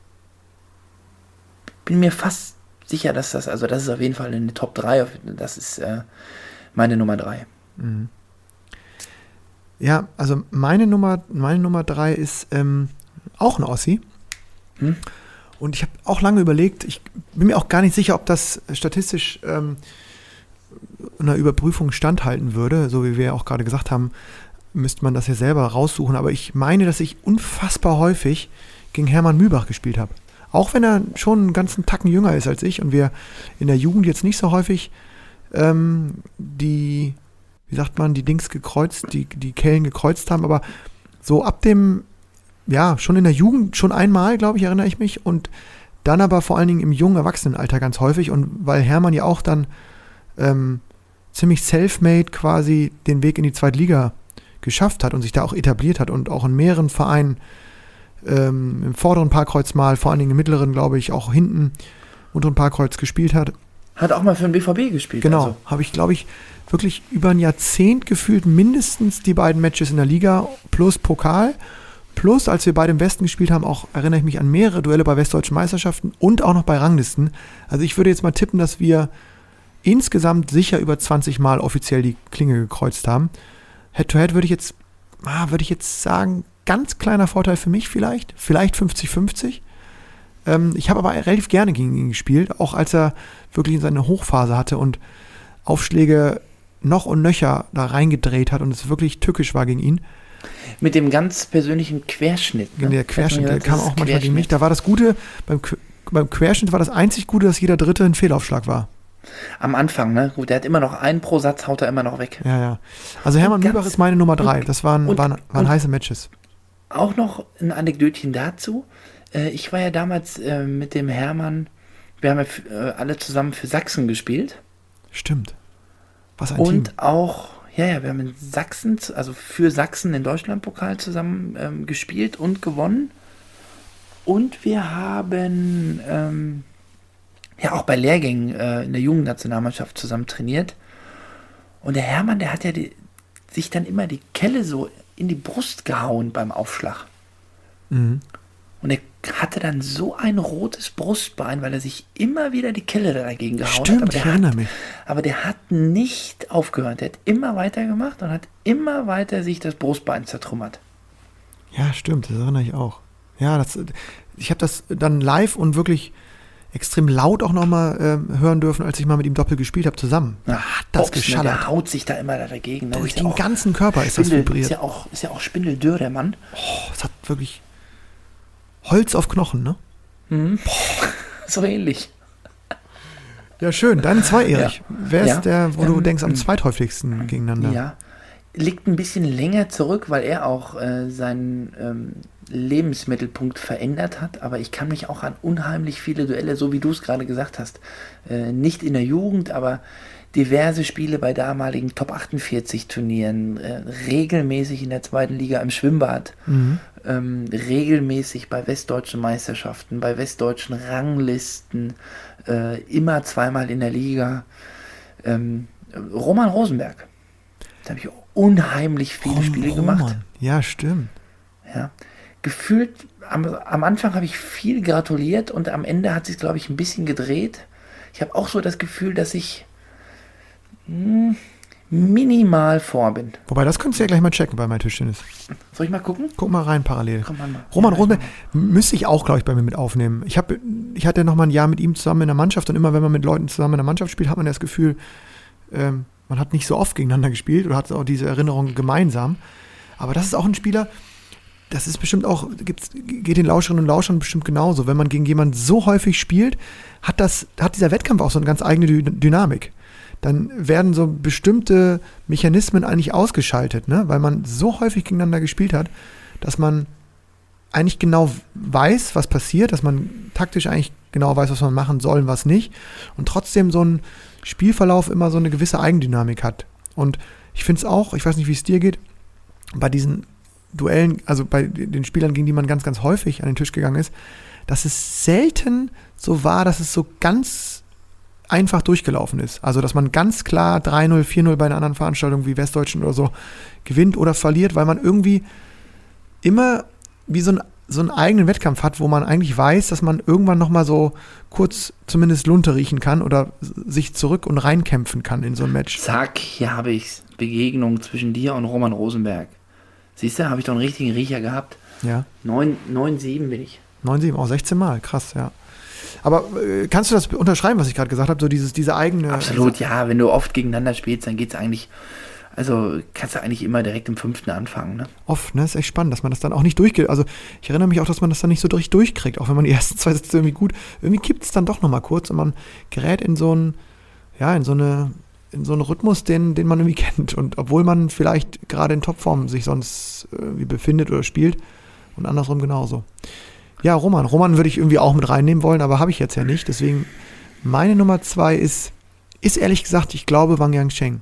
bin mir fast sicher, dass das, also das ist auf jeden Fall in der Top drei, das ist äh, meine Nummer drei. Mhm. Ja, also meine Nummer, meine Nummer drei ist ähm, auch ein Ossi. Hm? Und ich habe auch lange überlegt, ich bin mir auch gar nicht sicher, ob das statistisch ähm, einer Überprüfung standhalten würde. So wie wir ja auch gerade gesagt haben, müsste man das ja selber raussuchen. Aber ich meine, dass ich unfassbar häufig gegen Hermann Mühlbach gespielt habe. Auch wenn er schon einen ganzen Tacken jünger ist als ich und wir in der Jugend jetzt nicht so häufig ähm, die... wie sagt man, die Dings gekreuzt, die, die Kellen gekreuzt haben, aber so ab dem, ja, schon in der Jugend, schon einmal, glaube ich, erinnere ich mich, und dann aber vor allen Dingen im jungen Erwachsenenalter ganz häufig, und weil Hermann ja auch dann ähm, ziemlich self-made quasi den Weg in die Zweitliga geschafft hat und sich da auch etabliert hat und auch in mehreren Vereinen ähm, im vorderen Parkkreuz mal, vor allen Dingen im mittleren, glaube ich, auch hinten unteren Parkkreuz gespielt hat. Hat auch mal für den B V B gespielt. Genau, also. habe ich, glaube ich, wirklich über ein Jahrzehnt gefühlt mindestens die beiden Matches in der Liga plus Pokal. Plus, als wir beide im Westen gespielt haben, auch erinnere ich mich an mehrere Duelle bei westdeutschen Meisterschaften und auch noch bei Ranglisten. Also ich würde jetzt mal tippen, dass wir insgesamt sicher über zwanzig Mal offiziell die Klinge gekreuzt haben. Head-to-Head würde ich jetzt, ah, würde ich jetzt sagen, ganz kleiner Vorteil für mich vielleicht. Vielleicht fünfzig fünfzig. Ähm, ich habe aber relativ gerne gegen ihn gespielt, auch als er wirklich in seine Hochphase hatte und Aufschläge noch und nöcher da reingedreht hat und es wirklich tückisch war gegen ihn. Mit dem ganz persönlichen Querschnitt. Ne? Der Querschnitt, der kam auch manchmal gegen mich. Querschnitt. Da war das Gute, beim, Qu- beim Querschnitt war das einzig Gute, dass jeder Dritte ein Fehlaufschlag war. Am Anfang, ne? Gut, der hat immer noch einen pro Satz, haut er immer noch weg. Ja, ja. Also Hermann ganz- Mühlbach ist meine Nummer drei. Das waren, und- waren, waren und- heiße Matches. Auch noch ein Anekdötchen dazu. Äh, ich war ja damals äh, mit dem Hermann, wir haben ja f- äh, alle zusammen für Sachsen gespielt. Stimmt. Was ein Und Team. auch, ja, ja, wir haben in Sachsen, also für Sachsen den Deutschlandpokal zusammen ähm, gespielt und gewonnen. Und wir haben ähm, ja auch bei Lehrgängen äh, in der Jugendnationalmannschaft zusammen trainiert. Und der Hermann, der hat ja die, sich dann immer die Kelle so in die Brust gehauen beim Aufschlag. Mhm. Und er hatte dann so ein rotes Brustbein, weil er sich immer wieder die Kelle dagegen gehauen Stimmt, hat. ich Aber erinnere der, mich. hat, aber der hat nicht aufgehört. Der hat immer weiter gemacht und hat immer weiter sich das Brustbein zertrümmert. Ja, stimmt, das erinnere ich auch. Ja, das, ich habe das dann live und wirklich extrem laut auch nochmal ähm, hören dürfen, als ich mal mit ihm Doppel gespielt habe, zusammen. Da hat das Box, ne, geschallert. der haut sich da immer da dagegen. Ne? Durch Ist ja den auch ganzen Körper ist das Spindel, vibriert. ist ja auch, ist ja auch spindeldürr, der Mann. Oh, es hat wirklich Holz auf Knochen, ne? So ähnlich. Ja, schön. Deine zwei, Erich. Ja. Wer ist Ja. der, wo du Ähm, denkst, am ähm, zweithäufigsten gegeneinander? Ja, liegt ein bisschen länger zurück, weil er auch äh, seinen ähm, Lebensmittelpunkt verändert hat. Aber ich kann mich auch an unheimlich viele Duelle, so wie du es gerade gesagt hast, äh, nicht in der Jugend, aber diverse Spiele bei damaligen Top achtundvierzig Turnieren, äh, regelmäßig in der zweiten Liga im Schwimmbad, Mhm. ähm, regelmäßig bei westdeutschen Meisterschaften, bei westdeutschen Ranglisten, äh, immer zweimal in der Liga. Ähm, Roman Rosenberg. Da habe ich unheimlich viele Rom- Spiele Roman. gemacht. Ja, stimmt. Ja. Gefühlt, am, am Anfang habe ich viel gratuliert und am Ende hat sich, glaube ich, ein bisschen gedreht. Ich habe auch so das Gefühl, dass ich mh, minimal vor bin. Wobei, das könntest du ja gleich mal checken bei meinem Tischtennis. Soll ich mal gucken? Guck mal rein parallel. Komm mal. mal. Roman Ja, Rosenberg müsste ich auch, glaube ich, bei mir mit aufnehmen. Ich, hab, ich hatte noch mal ein Jahr mit ihm zusammen in der Mannschaft und immer, wenn man mit Leuten zusammen in der Mannschaft spielt, hat man das Gefühl, ähm, man hat nicht so oft gegeneinander gespielt oder hat auch diese Erinnerung gemeinsam. Aber das ist auch ein Spieler, das ist bestimmt auch, gibt's, geht den Lauscherinnen und Lauschern bestimmt genauso. Wenn man gegen jemanden so häufig spielt, hat, das, hat dieser Wettkampf auch so eine ganz eigene Dy- Dynamik. Dann werden so bestimmte Mechanismen eigentlich ausgeschaltet, ne? Weil man so häufig gegeneinander gespielt hat, dass man eigentlich genau weiß, was passiert, dass man taktisch eigentlich genau weiß, was man machen soll und was nicht und trotzdem so ein Spielverlauf immer so eine gewisse Eigendynamik hat. Und ich finde es auch, ich weiß nicht, wie es dir geht, bei diesen Duellen, also bei den Spielern, gegen die man ganz, ganz häufig an den Tisch gegangen ist, dass es selten so war, dass es so ganz einfach durchgelaufen ist. Also, dass man ganz klar drei null, vier null bei einer anderen Veranstaltung wie Westdeutschen oder so gewinnt oder verliert, weil man irgendwie immer wie so, ein, so einen eigenen Wettkampf hat, wo man eigentlich weiß, dass man irgendwann nochmal so kurz zumindest Lunte riechen kann oder sich zurück und reinkämpfen kann in so ein Match. Zack, hier habe ich Begegnung zwischen dir und Roman Rosenberg. Siehst du, habe ich doch einen richtigen Riecher gehabt. Ja. neun sieben bin ich. neun sieben, auch sechzehn Mal, krass, ja. Aber äh, kannst du das unterschreiben, was ich gerade gesagt habe, so dieses, diese eigene... Absolut, ja, wenn du oft gegeneinander spielst, dann geht es eigentlich, also kannst du eigentlich immer direkt im fünften anfangen, ne? Oft, ne, ist echt spannend, dass man das dann auch nicht durchgeht. Also ich erinnere mich auch, dass man das dann nicht so richtig durchkriegt, auch wenn man die ersten zwei Sätze irgendwie gut, irgendwie kippt es dann doch nochmal kurz und man gerät in so ein, ja, in so eine, in so einen Rhythmus, den, den man irgendwie kennt. Und obwohl man vielleicht gerade in Topform sich sonst irgendwie befindet oder spielt und andersrum genauso. Ja, Roman. Roman würde ich irgendwie auch mit reinnehmen wollen, aber habe ich jetzt ja nicht. Deswegen meine Nummer zwei ist, ist ehrlich gesagt, ich glaube Wang Yangcheng.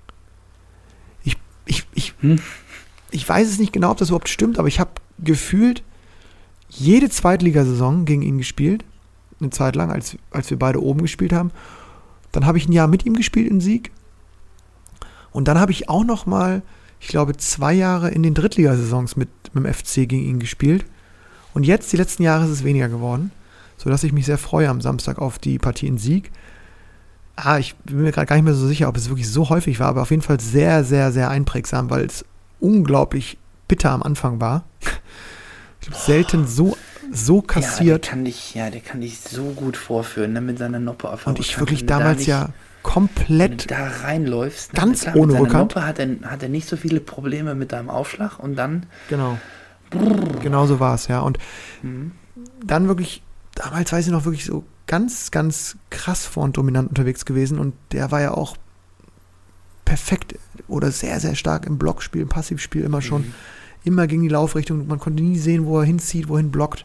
Ich, ich, ich, Hm? ich weiß es nicht genau, ob das überhaupt stimmt, aber ich habe gefühlt jede Zweitligasaison gegen ihn gespielt. Eine Zeit lang, als, als wir beide oben gespielt haben. Dann habe ich ein Jahr mit ihm gespielt in Sieg. Und dann habe ich auch noch mal, ich glaube, zwei Jahre in den Drittligasaisons mit, mit dem F C gegen ihn gespielt. Und jetzt, die letzten Jahre, ist es weniger geworden, sodass ich mich sehr freue am Samstag auf die Partie in Sieg. Ah, ich bin mir gerade gar nicht mehr so sicher, ob es wirklich so häufig war, aber auf jeden Fall sehr, sehr, sehr einprägsam, weil es unglaublich bitter am Anfang war. Ich habe selten so, so kassiert. Ja, der kann dich, ja, der kann dich so gut vorführen, ne, mit seiner Noppe auf der Und ich Rückhand. wirklich Wenn du da damals nicht, ja komplett da reinläufst. ganz klar, ohne mit seiner Rückhand. Noppe hat er, hat er nicht so viele Probleme mit deinem Aufschlag und dann Genau. Genau so war es, ja. Und mhm. dann wirklich, damals weiß ich noch, wirklich so ganz, ganz krass vorn dominant unterwegs gewesen und der war ja auch perfekt oder sehr, sehr stark im Blockspiel, im Passivspiel immer schon. Mhm. Immer gegen die Laufrichtung. Man konnte nie sehen, wo er hinzieht, wohin blockt.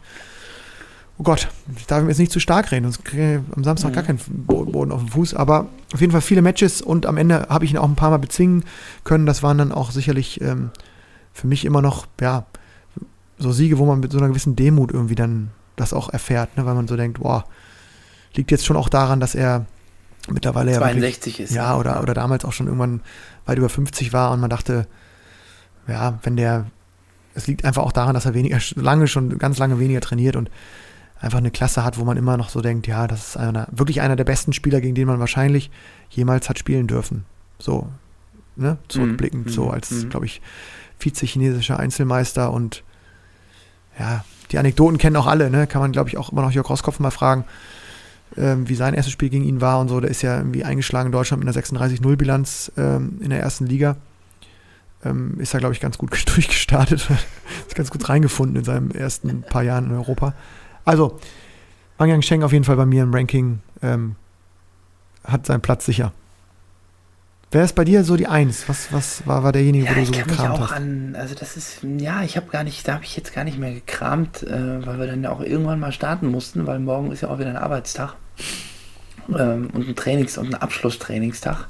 Oh Gott, ich darf jetzt nicht zu stark reden, sonst kriege ich am Samstag mhm. gar keinen Boden auf dem Fuß. Aber auf jeden Fall viele Matches und am Ende habe ich ihn auch ein paar Mal bezwingen können. Das waren dann auch sicherlich ähm, für mich immer noch, ja, so Siege, wo man mit so einer gewissen Demut irgendwie dann das auch erfährt, ne? Weil man so denkt, wow, liegt jetzt schon auch daran, dass er mittlerweile ja zweiundsechzig wirklich, ist. ja, oder, oder damals auch schon irgendwann weit über fünfzig war und man dachte, ja, wenn der, es liegt einfach auch daran, dass er weniger, lange schon, ganz lange weniger trainiert und einfach eine Klasse hat, wo man immer noch so denkt, ja, das ist einer, wirklich einer der besten Spieler, gegen den man wahrscheinlich jemals hat spielen dürfen. So, ne, zurückblickend, mhm. so als, mhm. glaube ich, Vize-chinesischer Einzelmeister und ja, die Anekdoten kennen auch alle, ne, kann man, glaube ich, auch immer noch Jörg Roskopf mal fragen, ähm, wie sein erstes Spiel gegen ihn war und so. Der ist ja irgendwie eingeschlagen in Deutschland mit einer sechsunddreißig null Bilanz ähm, in der ersten Liga. Ähm, ist er, glaube ich, ganz gut durchgestartet. Ist ganz gut reingefunden in seinen ersten paar Jahren in Europa. Also, Wang Yangcheng auf jeden Fall bei mir im Ranking ähm, hat seinen Platz sicher. Wer ist bei dir so die Eins? Was, was war, war derjenige, Ja, wo du ich so kann mich gekramt auch hast? an, also das ist, ja, ich habe gar nicht, da habe ich jetzt gar nicht mehr gekramt, äh, weil wir dann ja auch irgendwann mal starten mussten, weil morgen ist ja auch wieder ein Arbeitstag ähm, und ein Trainings- und ein Abschlusstrainingstag.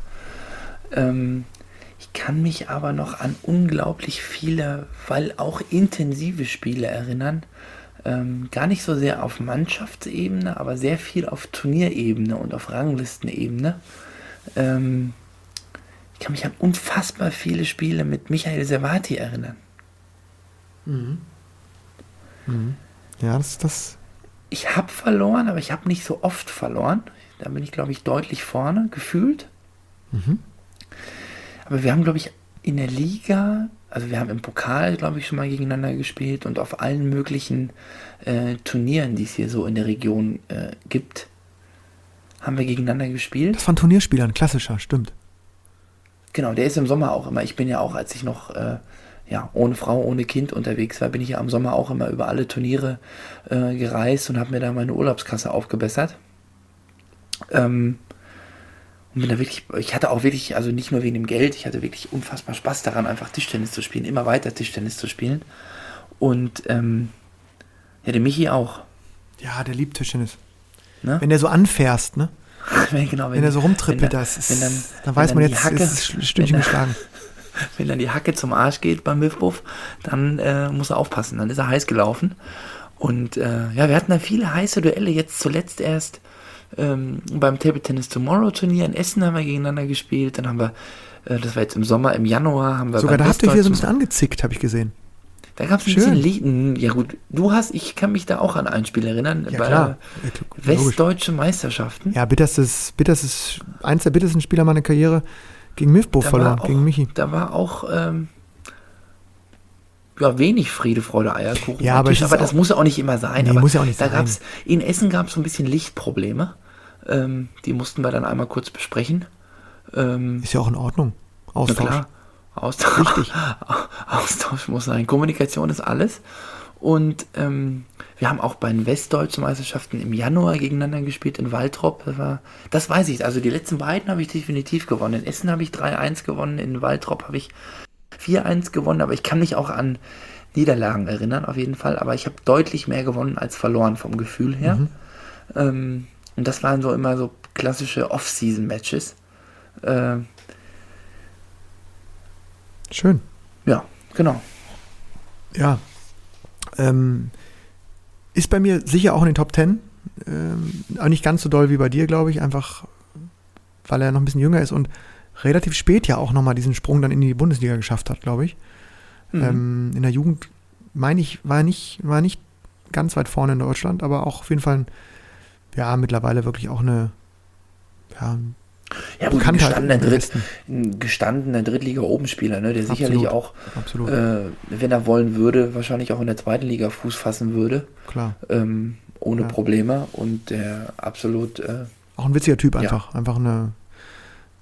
Ähm, ich kann mich aber noch an unglaublich viele, weil auch intensive Spiele erinnern, ähm, gar nicht so sehr auf Mannschaftsebene, aber sehr viel auf Turnierebene und auf Ranglistenebene. Ähm, Ich kann mich an unfassbar viele Spiele mit Michael Servati erinnern. Mhm. Mhm. Ja, das das. Ich habe verloren, aber ich habe nicht so oft verloren. Da bin ich, glaube ich, deutlich vorne, gefühlt. Mhm. Aber wir haben, glaube ich, in der Liga, also wir haben im Pokal, glaube ich, schon mal gegeneinander gespielt und auf allen möglichen äh, Turnieren, die es hier so in der Region äh, gibt, haben wir gegeneinander gespielt. Das von Turnierspielern, klassischer, stimmt. Genau, der ist im Sommer auch immer. Ich bin ja auch, als ich noch äh, ja, ohne Frau, ohne Kind unterwegs war, bin ich ja im Sommer auch immer über alle Turniere äh, gereist und habe mir da meine Urlaubskasse aufgebessert. Ähm, und bin da wirklich, ich hatte auch wirklich, also nicht nur wegen dem Geld, ich hatte wirklich unfassbar Spaß daran, einfach Tischtennis zu spielen, immer weiter Tischtennis zu spielen. Und ähm, ja, der Michi auch. Ja, der liebt Tischtennis. Ne? Wenn der so anfährst, ne? wenn, genau, Wenn er so rumtrippelt, wenn, das ist, wenn dann, dann, dann weiß wenn man dann jetzt, die Hacke- ist das Stündchen wenn- geschlagen. Wenn dann die Hacke zum Arsch geht beim Wiffbuff, dann äh, muss er aufpassen, dann ist er heiß gelaufen. Und äh, ja, wir hatten da viele heiße Duelle, jetzt zuletzt erst ähm, beim Table Tennis Tomorrow Turnier in Essen haben wir gegeneinander gespielt, dann haben wir, äh, das war jetzt im Sommer, im Januar, haben wir Sogar beim da habt ihr wieder so ein Westdeutschen- bisschen angezickt, habe ich gesehen. Da gab es ein Schön. bisschen Lied. Ja gut, du hast, ich kann mich da auch an ein Spiel erinnern, Ja, bei klar. äh, Ja, klar, logisch. Westdeutsche Meisterschaften. Ja, bitterstes, bitterstes, eins der bittersten Spieler meiner Karriere gegen Milfbo Da verloren, war auch, gegen Michi. Da war auch ähm, ja, wenig Friede, Freude, Eierkuchen. Ja, am aber Tisch, es ist aber das auch- muss ja auch nicht immer sein. Nee, aber muss ja auch nicht da sein. Gab's, in Essen gab es so ein bisschen Lichtprobleme. Ähm, die mussten wir dann einmal kurz besprechen. Ähm, Ist ja auch in Ordnung. na Austausch. klar, Austausch, Wichtig. Austausch muss sein. Kommunikation ist alles. Und ähm, wir haben auch bei den Westdeutschen Meisterschaften im Januar gegeneinander gespielt in Waltrop. Das, war, das weiß ich. Also die letzten beiden habe ich definitiv gewonnen. In Essen habe ich drei eins gewonnen, in Waltrop habe ich vier eins gewonnen. Aber ich kann mich auch an Niederlagen erinnern, auf jeden Fall. Aber ich habe deutlich mehr gewonnen als verloren vom Gefühl her. Mhm. Ähm, und das waren so immer so klassische Off-Season-Matches. Äh, Schön. ja, genau. Ja. Ähm, ist bei mir sicher auch in den Top Ten. Ähm, auch nicht ganz so doll wie bei dir, glaube ich. Einfach, weil er noch ein bisschen jünger ist und relativ spät ja auch nochmal diesen Sprung dann in die Bundesliga geschafft hat, glaube ich. Mhm. Ähm, in der Jugend, meine ich, war nicht, war nicht ganz weit vorne in Deutschland, aber auch auf jeden Fall, ein, ja, mittlerweile wirklich auch eine, ja, Ja, gut, ein Bekanntheit gestandener, im Dritt, Westen. ein gestandener Drittliga-Obenspieler, ne, der Absolut. sicherlich auch, Absolut, äh, wenn er wollen würde, wahrscheinlich auch in der zweiten Liga Fuß fassen würde, klar. ähm, ohne Ja. Probleme und der absolut, äh, Auch ein witziger Typ Ja. einfach. Einfach eine,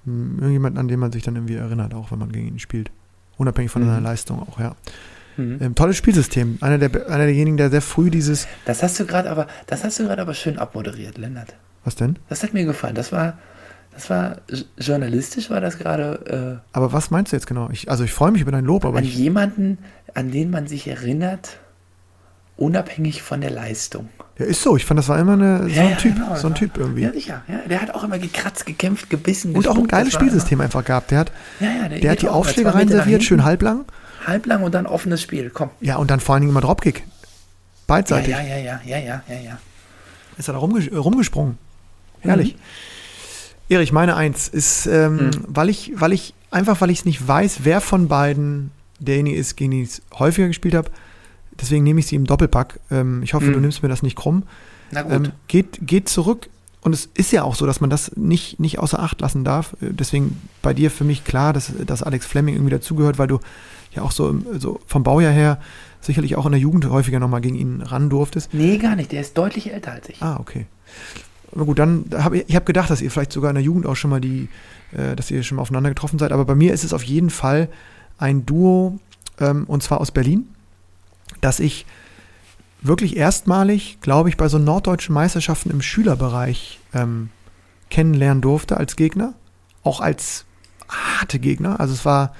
Irgendjemand, an den man sich dann irgendwie erinnert, auch wenn man gegen ihn spielt. Unabhängig von mhm. seiner Leistung auch, ja. Mhm. Ähm, tolles Spielsystem. Einer, der, einer derjenigen, der sehr früh dieses... Das hast du gerade aber, das hast du gerade aber schön abmoderiert, Lennart. Was denn? Das hat mir gefallen. Das war, das war journalistisch, war das gerade... Äh, aber was meinst du jetzt genau? Ich, also ich freue mich über dein Lob, aber an ich... jemanden, an den man sich erinnert, unabhängig von der Leistung. Ja, ist so. Ich fand, das war immer eine, so ja, ein ja, Typ, genau, so ein Typ irgendwie. Ja, sicher. Ja, der hat auch immer gekratzt, gekämpft, gebissen, und auch ein geiles Spielsystem immer einfach gehabt. Der hat, ja, ja, der der hat die Aufschläge reinserviert, schön halblang. Halblang und dann offenes Spiel, komm. Ja, und dann vor allen Dingen immer Dropkick. Beidseitig. Ja, ja, ja, ja, ja, ja, ja. Ist er da rumges- rumgesprungen. Herrlich. Mhm. Erich, meine Eins ist, ähm, mhm. weil ich, weil ich, einfach weil ich es nicht weiß, wer von beiden derjenige ist, gegen den ich es häufiger gespielt habe. Deswegen nehme ich sie im Doppelpack. Ähm, ich hoffe, mhm. du nimmst mir das nicht krumm. Na gut. Ähm, geht, geht zurück. Und es ist ja auch so, dass man das nicht, nicht außer Acht lassen darf. Deswegen bei dir für mich klar, dass, dass Alex Fleming irgendwie dazugehört, weil du ja auch so, so vom Baujahr her sicherlich auch in der Jugend häufiger nochmal gegen ihn ran durftest. Nee, gar nicht. Der ist deutlich älter als ich. Ah, okay. Aber gut, dann habe ich, ich habe gedacht, dass ihr vielleicht sogar in der Jugend auch schon mal die, äh, dass ihr schon mal aufeinander getroffen seid. Aber bei mir ist es auf jeden Fall ein Duo, ähm, und zwar aus Berlin, dass ich wirklich erstmalig, glaube ich, bei so norddeutschen Meisterschaften im Schülerbereich ähm, kennenlernen durfte als Gegner. Auch als harte Gegner. Also es war,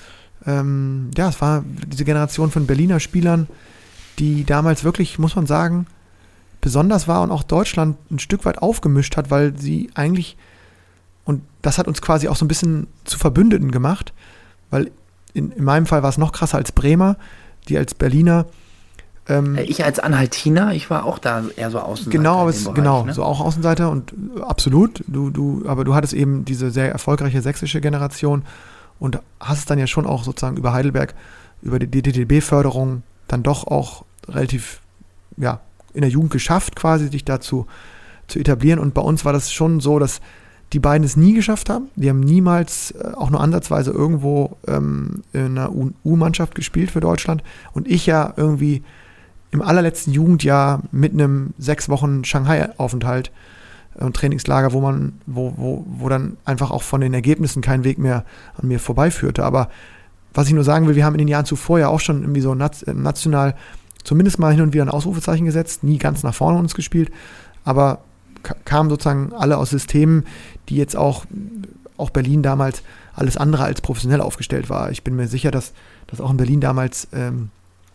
ähm, ja, es war diese Generation von Berliner Spielern, die damals wirklich, muss man sagen, besonders war und auch Deutschland ein Stück weit aufgemischt hat, weil sie eigentlich, und das hat uns quasi auch so ein bisschen zu Verbündeten gemacht, weil in, in meinem Fall war es noch krasser als Bremer, die als Berliner. Ähm, ich als Anhaltiner, ich war auch da eher so Außenseiter. Genau, aber es, Bereich, genau, ne? so auch Außenseiter und absolut. Du, du, aber du hattest eben diese sehr erfolgreiche sächsische Generation und hast es dann ja schon auch sozusagen über Heidelberg, über die D T B-Förderung dann doch auch relativ, ja, in der Jugend geschafft, quasi dich dazu zu etablieren. Und bei uns war das schon so, dass die beiden es nie geschafft haben. Die haben niemals äh, auch nur ansatzweise irgendwo ähm, in einer U-Mannschaft gespielt für Deutschland. Und ich ja irgendwie im allerletzten Jugendjahr mit einem sechs Wochen Shanghai-Aufenthalt und Trainingslager, wo man, wo, wo, wo dann einfach auch von den Ergebnissen kein Weg mehr an mir vorbeiführte. Aber was ich nur sagen will, wir haben in den Jahren zuvor ja auch schon irgendwie so national zumindest mal hin und wieder ein Ausrufezeichen gesetzt, nie ganz nach vorne uns gespielt, aber k- kamen sozusagen alle aus Systemen, die jetzt auch, auch Berlin damals alles andere als professionell aufgestellt war. Ich bin mir sicher, dass, dass auch in Berlin damals, ähm,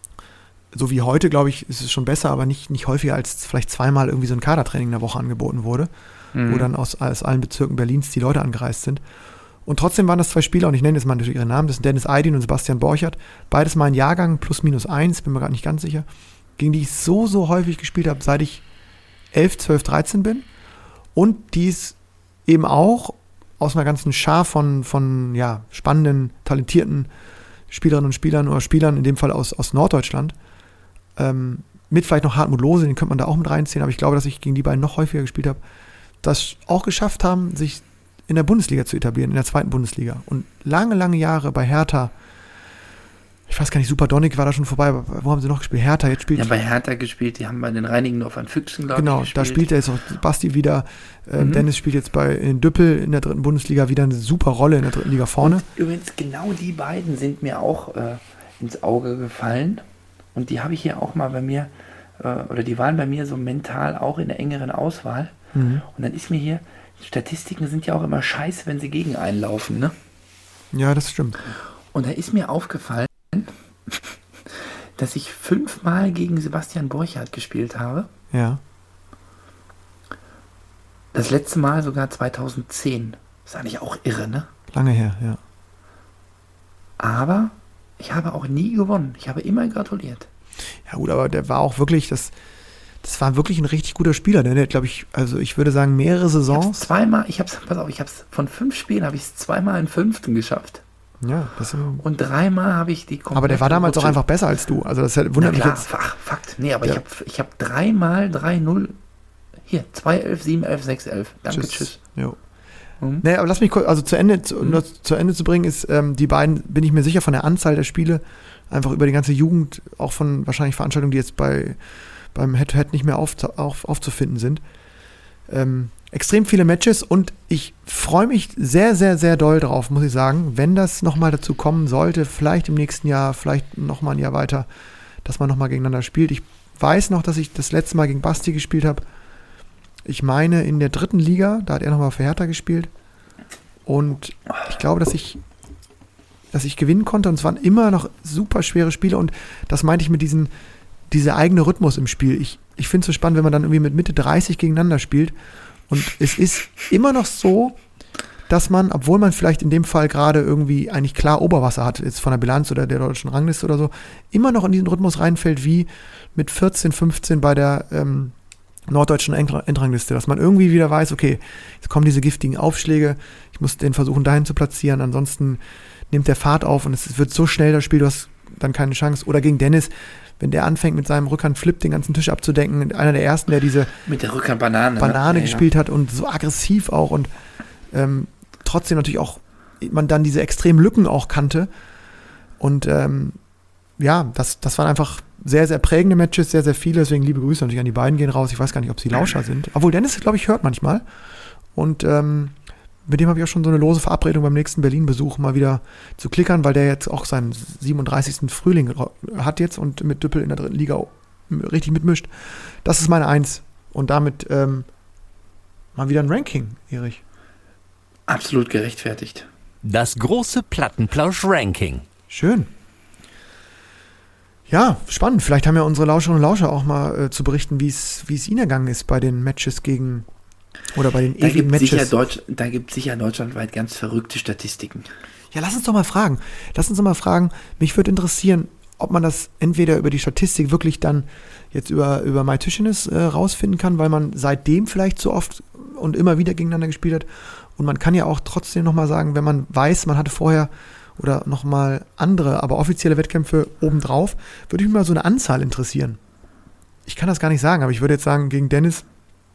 so wie heute, glaube ich, ist es schon besser, aber nicht, nicht häufiger als vielleicht zweimal irgendwie so ein Kadertraining in der Woche angeboten wurde, mhm. wo dann aus, aus allen Bezirken Berlins die Leute angereist sind. Und trotzdem waren das zwei Spieler, und ich nenne jetzt mal natürlich ihre Namen, das sind Dennis Aydin und Sebastian Borchert, beides mal ein Jahrgang plus minus eins, bin mir gerade nicht ganz sicher, gegen die ich so, so häufig gespielt habe, seit ich elf, zwölf, dreizehn bin, und die es eben auch aus einer ganzen Schar von, von ja, spannenden, talentierten Spielerinnen und Spielern oder Spielern, in dem Fall aus, aus Norddeutschland, ähm, mit vielleicht noch Hartmut Lohse, den könnte man da auch mit reinziehen, aber ich glaube, dass ich gegen die beiden noch häufiger gespielt habe, das auch geschafft haben, sich in der Bundesliga zu etablieren, in der zweiten Bundesliga. Und lange, lange Jahre bei Hertha, ich weiß gar nicht, Super Donik war da schon vorbei, aber wo haben sie noch gespielt? Hertha, jetzt spielt... Ja, bei Hertha gespielt, die haben bei den Reinigendorfern Füchsen, glaube genau, ich, gespielt. Genau, da spielt er jetzt auch Basti wieder, äh, mhm. Dennis spielt jetzt bei in Düppel in der dritten Bundesliga wieder eine super Rolle in der dritten Liga vorne. Und übrigens, genau die beiden sind mir auch äh, ins Auge gefallen, und die habe ich hier auch mal bei mir, äh, oder die waren bei mir so mental auch in der engeren Auswahl, mhm. und dann ist mir hier, Statistiken sind ja auch immer scheiße, wenn sie gegen einen laufen, ne? Ja, das stimmt. Und da ist mir aufgefallen, dass ich fünfmal gegen Sebastian Borchert gespielt habe. Ja. Das letzte Mal sogar zweitausendzehn. Das ist eigentlich auch irre, ne? Lange her, ja. Aber ich habe auch nie gewonnen. Ich habe immer gratuliert. Ja gut, aber der war auch wirklich, das, das war wirklich ein richtig guter Spieler. Der hat, glaube ich, also ich würde sagen, mehrere Saisons. Ich hab's zweimal, ich hab's, pass auf, ich hab's von fünf Spielen habe ich es zweimal in fünften geschafft. Ja, das und dreimal habe ich die komplette Aber der war damals auch einfach besser als du. Also das wundert mich jetzt. Ach, Fakt. Nee, aber ja. ich habe ich hab dreimal drei null. Hier, zwei elf, sieben elf, sechs elf. Danke, tschüss. tschüss. Jo. Mhm. Nee, aber lass mich kurz, also zu Ende, zu, mhm. zu Ende zu bringen, ist, ähm, die beiden, bin ich mir sicher, von der Anzahl der Spiele, einfach über die ganze Jugend, auch von wahrscheinlich Veranstaltungen, die jetzt bei beim Head-to-Head nicht mehr auf, auf, aufzufinden sind. Ähm, extrem viele Matches und ich freue mich sehr, sehr, sehr doll drauf, muss ich sagen, wenn das nochmal dazu kommen sollte, vielleicht im nächsten Jahr, vielleicht nochmal ein Jahr weiter, dass man nochmal gegeneinander spielt. Ich weiß noch, dass ich das letzte Mal gegen Basti gespielt habe. Ich meine in der dritten Liga, da hat er nochmal für Hertha gespielt und ich glaube, dass ich dass ich gewinnen konnte und es waren immer noch super schwere Spiele und das meinte ich mit diesem dieser eigene Rhythmus im Spiel. Ich, ich finde es so spannend, wenn man dann irgendwie mit Mitte dreißig gegeneinander spielt und es ist immer noch so, dass man, obwohl man vielleicht in dem Fall gerade irgendwie eigentlich klar Oberwasser hat, jetzt von der Bilanz oder der deutschen Rangliste oder so, immer noch in diesen Rhythmus reinfällt, wie mit vierzehn, fünfzehn bei der ähm, norddeutschen Endrangliste, dass man irgendwie wieder weiß, okay, jetzt kommen diese giftigen Aufschläge, ich muss den versuchen dahin zu platzieren, ansonsten nimmt der Fahrt auf und es wird so schnell das Spiel, du hast dann keine Chance. Oder gegen Dennis, wenn der anfängt mit seinem Rückhandflip den ganzen Tisch abzudenken, einer der ersten, der diese mit der Rückhand Banane, Banane ne? gespielt hat und so aggressiv auch und ähm, trotzdem natürlich auch man dann diese extremen Lücken auch kannte und ähm, ja, das, das waren einfach sehr, sehr prägende Matches, sehr, sehr viele, deswegen liebe Grüße natürlich an die beiden gehen raus, ich weiß gar nicht, ob sie Lauscher sind, obwohl Dennis, glaube ich, hört manchmal und ähm, mit dem habe ich auch schon so eine lose Verabredung beim nächsten Berlin-Besuch mal wieder zu klickern, weil der jetzt auch seinen siebenunddreißigsten Frühling hat jetzt und mit Düppel in der dritten Liga richtig mitmischt. Das ist meine Eins. Und damit ähm, mal wieder ein Ranking, Erich. Absolut gerechtfertigt. Das große Plattenplausch-Ranking. Schön. Ja, spannend. Vielleicht haben ja unsere Lauscherinnen und Lauscher auch mal äh, zu berichten, wie es ihnen ergangen ist bei den Matches gegen oder bei den da ewigen gibt Matches. Deutsch, da gibt es sicher deutschlandweit ganz verrückte Statistiken. Ja, lass uns doch mal fragen. Lass uns doch mal fragen. Mich würde interessieren, ob man das entweder über die Statistik wirklich dann jetzt über, über MyTischtennis äh, rausfinden kann, weil man seitdem vielleicht so oft und immer wieder gegeneinander gespielt hat. Und man kann ja auch trotzdem nochmal sagen, wenn man weiß, man hatte vorher oder nochmal andere, aber offizielle Wettkämpfe obendrauf, würde mich mal so eine Anzahl interessieren. Ich kann das gar nicht sagen, aber ich würde jetzt sagen, gegen Dennis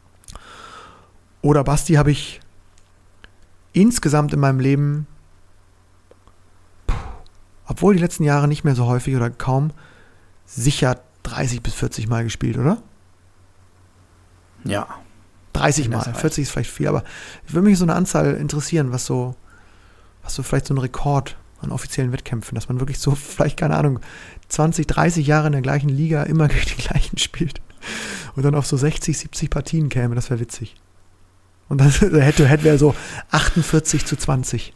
oder Basti habe ich insgesamt in meinem Leben, puh, obwohl die letzten Jahre nicht mehr so häufig oder kaum, sicher dreißig bis vierzig Mal gespielt, oder? Ja. dreißig Mal, vierzig ist vielleicht viel, aber ich würde mich so eine Anzahl interessieren, was so, was so vielleicht so ein Rekord an offiziellen Wettkämpfen, dass man wirklich so, vielleicht, keine Ahnung, zwanzig, dreißig Jahre in der gleichen Liga immer gegen die gleichen spielt und dann auf so sechzig, siebzig Partien käme, das wäre witzig. Und dann hätte hätte wäre so achtundvierzig zu zwanzig.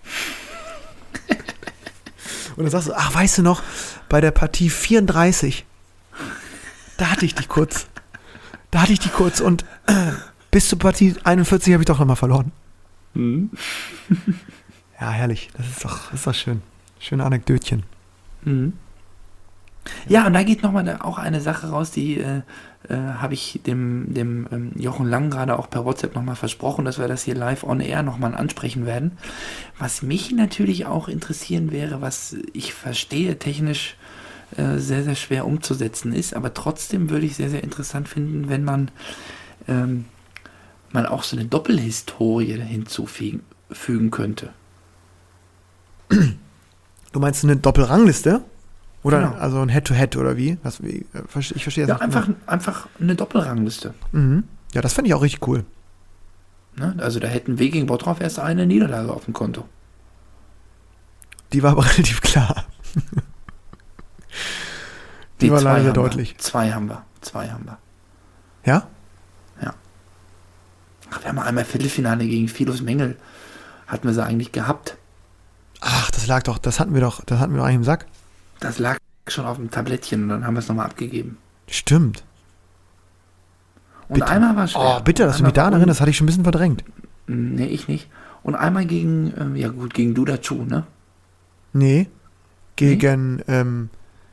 Und dann sagst du, ach, weißt du noch, bei der Partie vierunddreißig, da hatte ich die kurz. Da hatte ich die kurz und äh, bis zur Partie einundvierzig habe ich doch nochmal verloren. Mhm. Ja, herrlich. Das ist doch, das ist doch schön. Schöne Anekdötchen. Mhm. Ja, und da geht nochmal auch eine Sache raus, die äh, äh, habe ich dem, dem ähm, Jochen Lang gerade auch per WhatsApp nochmal versprochen, dass wir das hier live on air nochmal ansprechen werden. Was mich natürlich auch interessieren wäre, was ich verstehe technisch äh, sehr, sehr schwer umzusetzen ist, aber trotzdem würde ich sehr, sehr interessant finden, wenn man ähm, mal auch so eine Doppelhistorie hinzufügen fügen könnte. Du meinst eine Doppelrangliste? Oder Genau. Also ein Head-to-Head oder wie? Was, wie ich verstehe das Ja, nicht. einfach, einfach eine Doppelrangliste. Mhm. Ja, das fände ich auch richtig cool. Ne? Also da hätten wir gegen Bottrop erst eine Niederlage auf dem Konto. Die war aber relativ klar. Die Nee, war zwei leider sehr haben wir. deutlich. Zwei haben wir. Zwei haben wir. Ja? Ja. Ach, wir haben einmal Viertelfinale gegen Philos Mengel. Hatten wir sie eigentlich gehabt. Ach, das lag doch, das hatten wir doch, das hatten wir doch eigentlich im Sack. Das lag schon auf dem Tablettchen und dann haben wir es nochmal abgegeben. Stimmt. Und bitte. einmal war es schwer. Oh, bitte, dass du Einmal mich daran war- erinnerst, das hatte ich schon ein bisschen verdrängt. Nee, ich nicht. Und einmal gegen, ähm, ja gut, gegen Duda Chu, ne? Nee. Gegen ähm,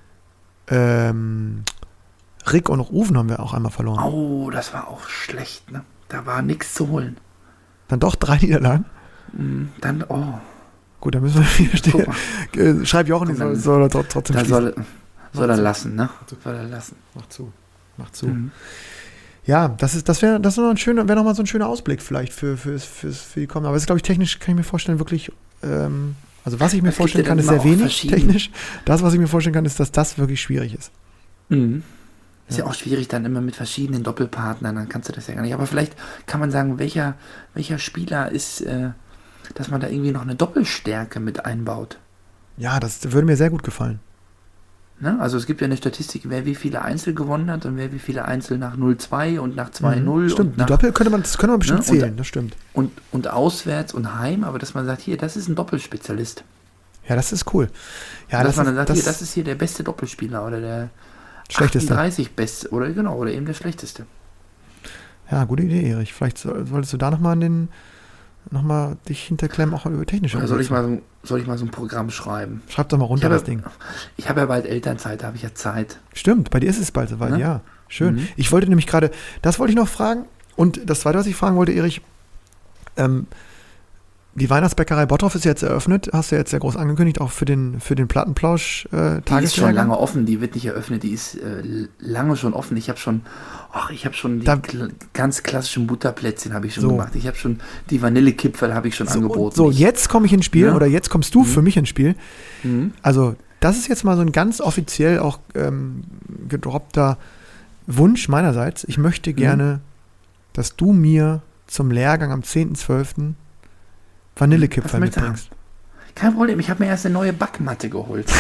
ähm, Rick und Rufen haben wir auch einmal verloren. Oh, das war auch schlecht, ne? Da war nichts zu holen. Dann doch drei Niederlagen. Mm, Dann, oh, Gut, dann müssen wir wieder guck stehen. mal. Äh, Schreib Jochen, Komm, soll, dann- soll er tr- trotzdem Da schließen. soll, soll er zu. lassen, ne? Soll er lassen. Mach zu. Mach zu. Mhm. Ja, das ist, das wäre, das wäre noch ein schöner, wäre noch mal so ein schöner Ausblick vielleicht für, für, für, für die kommende. Aber es ist, glaube ich, technisch, kann ich mir vorstellen, wirklich, ähm, also was ich mir Es gibt vorstellen ja kann, dann ist sehr immer auch wenig verschiedene- technisch. Das, was ich mir vorstellen kann, ist, dass das wirklich schwierig ist. Mhm. Ist ja. ja auch schwierig dann immer mit verschiedenen Doppelpartnern, dann kannst du das ja gar nicht. Aber vielleicht kann man sagen, welcher, welcher Spieler ist, äh, dass man da irgendwie noch eine Doppelstärke mit einbaut. Ja, das würde mir sehr gut gefallen. Ne? Also es gibt ja eine Statistik, wer wie viele Einzel gewonnen hat und wer wie viele Einzel nach null zwei und nach zwei null. Mhm, stimmt, und nach, die Doppel könnte man, das könnte man bestimmt ne? zählen, und, das stimmt. Und, und auswärts und heim, aber dass man sagt, hier, das ist ein Doppelspezialist. Ja, das ist cool. Ja, dass das man ist, dann sagt, das hier, das ist hier der beste Doppelspieler oder der schlechteste. achtunddreißig beste oder genau, oder eben der schlechteste. Ja, gute Idee, Erich. Vielleicht solltest du da nochmal den nochmal dich hinterklemmen, auch über technische Oder soll ich mal so, soll ich mal so ein Programm schreiben? Schreib doch mal runter das ja, Ding. Ich habe ja bald Elternzeit, da habe ich ja Zeit. Stimmt, bei dir ist es bald soweit, ne? Ja. Schön. Mhm. Ich wollte nämlich gerade, das wollte ich noch fragen. Und das Zweite, was ich fragen wollte, Erich, ähm, die Weihnachtsbäckerei Bottrop ist jetzt eröffnet, hast du jetzt sehr groß angekündigt, auch für den, für den Plattenplausch äh, Die ist schon lange offen, die wird nicht eröffnet, die ist äh, lange schon offen. Ich habe schon, ach, ich habe schon die da, kl- ganz klassischen Butterplätzchen habe ich schon so. gemacht. Ich habe schon die Vanillekipferl habe ich schon so, angeboten. So, ich, jetzt komme ich ins Spiel ja. oder jetzt kommst du mhm. für mich ins Spiel. Mhm. Also, das ist jetzt mal so ein ganz offiziell auch ähm, gedroppter Wunsch meinerseits. Ich möchte gerne, mhm. dass du mir zum Lehrgang am zehnten zwölften Vanillekipferl mitbringst. Kein Problem, ich habe mir erst eine neue Backmatte geholt.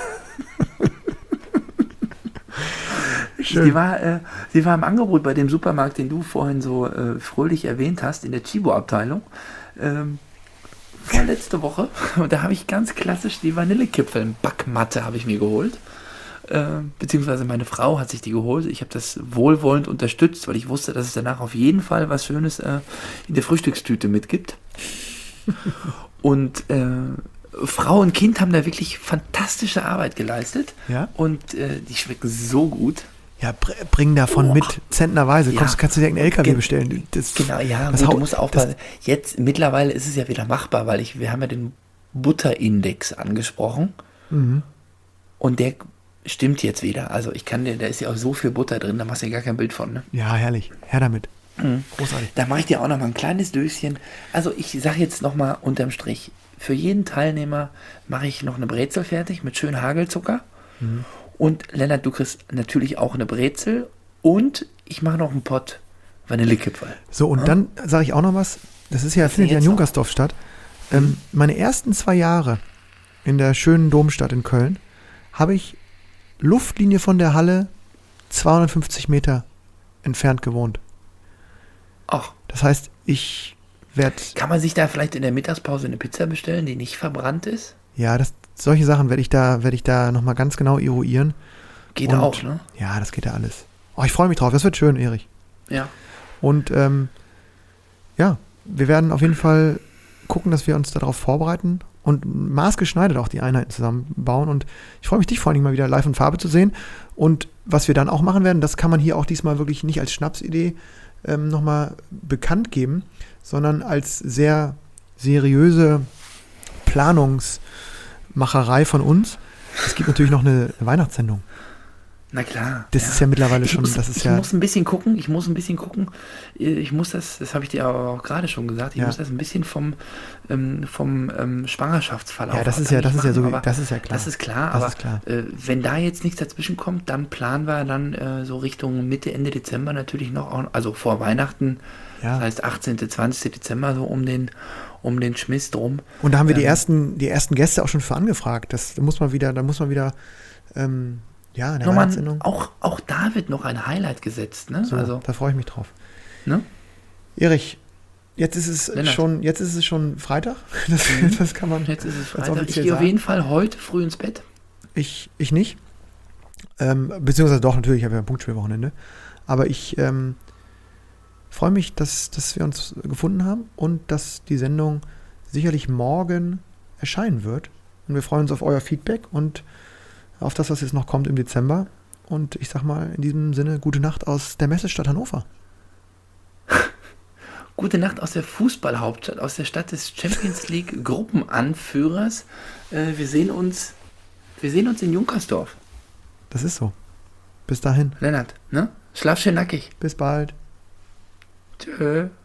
Schön. Die war, äh, die war im Angebot bei dem Supermarkt, den du vorhin so äh, fröhlich erwähnt hast, in der Chibo-Abteilung. Ähm, vorletzte Woche. Und da habe ich ganz klassisch die Vanillekipferl-Backmatte habe ich mir geholt. Äh, beziehungsweise meine Frau hat sich die geholt. Ich habe das wohlwollend unterstützt, weil ich wusste, dass es danach auf jeden Fall was Schönes äh, in der Frühstückstüte mitgibt. Und äh, Frau und Kind haben da wirklich fantastische Arbeit geleistet. Ja? Und äh, die schmecken so gut. Ja, br- bring davon oh. mit, zentnerweise. Ja. Kommst, kannst du dir einen L K W Gen- bestellen. Das, genau, ja, das gut, Haut, du musst aufpassen. Jetzt, mittlerweile ist es ja wieder machbar, weil ich, wir haben ja den Butterindex angesprochen. Mhm. Und der stimmt jetzt wieder. Also ich kann dir, da ist ja auch so viel Butter drin, da machst du ja gar kein Bild von, ne? Ja, herrlich. Her damit. Mhm. Großartig. Da mache ich dir auch noch mal ein kleines Döschen. Also ich sage jetzt noch mal unterm Strich, für jeden Teilnehmer mache ich noch eine Brezel fertig mit schön Hagelzucker. Mhm. Und Lennart, du kriegst natürlich auch eine Brezel und ich mache noch einen Pott Vanillekipferl. So, und ja? dann sage ich auch noch was. Das ist ja, findet ja in Junkersdorf statt. Mhm. Ähm, meine ersten zwei Jahre in der schönen Domstadt in Köln habe ich Luftlinie von der Halle zweihundertfünfzig Meter entfernt gewohnt. Ach. Das heißt, ich werde... Kann man sich da vielleicht in der Mittagspause eine Pizza bestellen, die nicht verbrannt ist? Ja, das, solche Sachen werde ich da, werde ich da nochmal ganz genau eruieren. Geht Und, auch, ne? Ja, das geht ja alles. Oh, ich freue mich drauf. Das wird schön, Erich. Ja. Und ähm, ja, wir werden auf jeden Fall gucken, dass wir uns darauf vorbereiten und maßgeschneidert auch die Einheiten zusammenbauen. Und ich freue mich, dich vor allem mal wieder live in Farbe zu sehen. Und was wir dann auch machen werden, das kann man hier auch diesmal wirklich nicht als Schnapsidee ähm, nochmal bekannt geben, sondern als sehr seriöse Planungsmacherei von uns. Es gibt natürlich noch eine Weihnachtssendung. Na klar. Das ja. ist ja mittlerweile ich schon, muss, das ist ich ja... muss ein bisschen gucken, ich muss ein bisschen gucken, ich muss das, das habe ich dir aber auch gerade schon gesagt, ich ja. muss das ein bisschen vom, ähm, vom ähm, Schwangerschaftsverlauf Ja, das ist ja, das ist ja so, das ist ja klar. Das ist klar, das aber ist klar. Äh, wenn da jetzt nichts dazwischen kommt, dann planen wir dann äh, so Richtung Mitte, Ende Dezember natürlich noch, auch, also vor Weihnachten, ja. das heißt achtzehnten, zwanzigsten Dezember, so um den um den Schmiss drum. Und da haben wir ähm, die ersten, die ersten Gäste auch schon für angefragt. Das, da muss man wieder, da muss man wieder ähm, ja, in der Nochmal, Weihnachtssendung. auch, auch da wird noch ein Highlight gesetzt, ne? So, also, da freue ich mich drauf. Ne? Erich, jetzt ist es Lennart. schon, jetzt ist es schon Freitag. Das, Mhm. das kann man. Jetzt ist es als Freitag. Ich offiziell gehe auf sagen. jeden Fall heute früh ins Bett. Ich, ich nicht. Ähm, beziehungsweise doch, natürlich, ich habe ja ein Punktspielwochenende. Aber ich ähm, freue mich, dass, dass wir uns gefunden haben und dass die Sendung sicherlich morgen erscheinen wird. Und wir freuen uns auf euer Feedback und auf das, was jetzt noch kommt im Dezember. Und ich sag mal in diesem Sinne, gute Nacht aus der Messestadt Hannover. Gute Nacht aus der Fußballhauptstadt, aus der Stadt des Champions League Gruppenanführers. Äh, wir sehen uns, wir sehen uns in Junkersdorf. Das ist so. Bis dahin. Lennart, ne? Schlaf schön nackig. Bis bald. Tschö.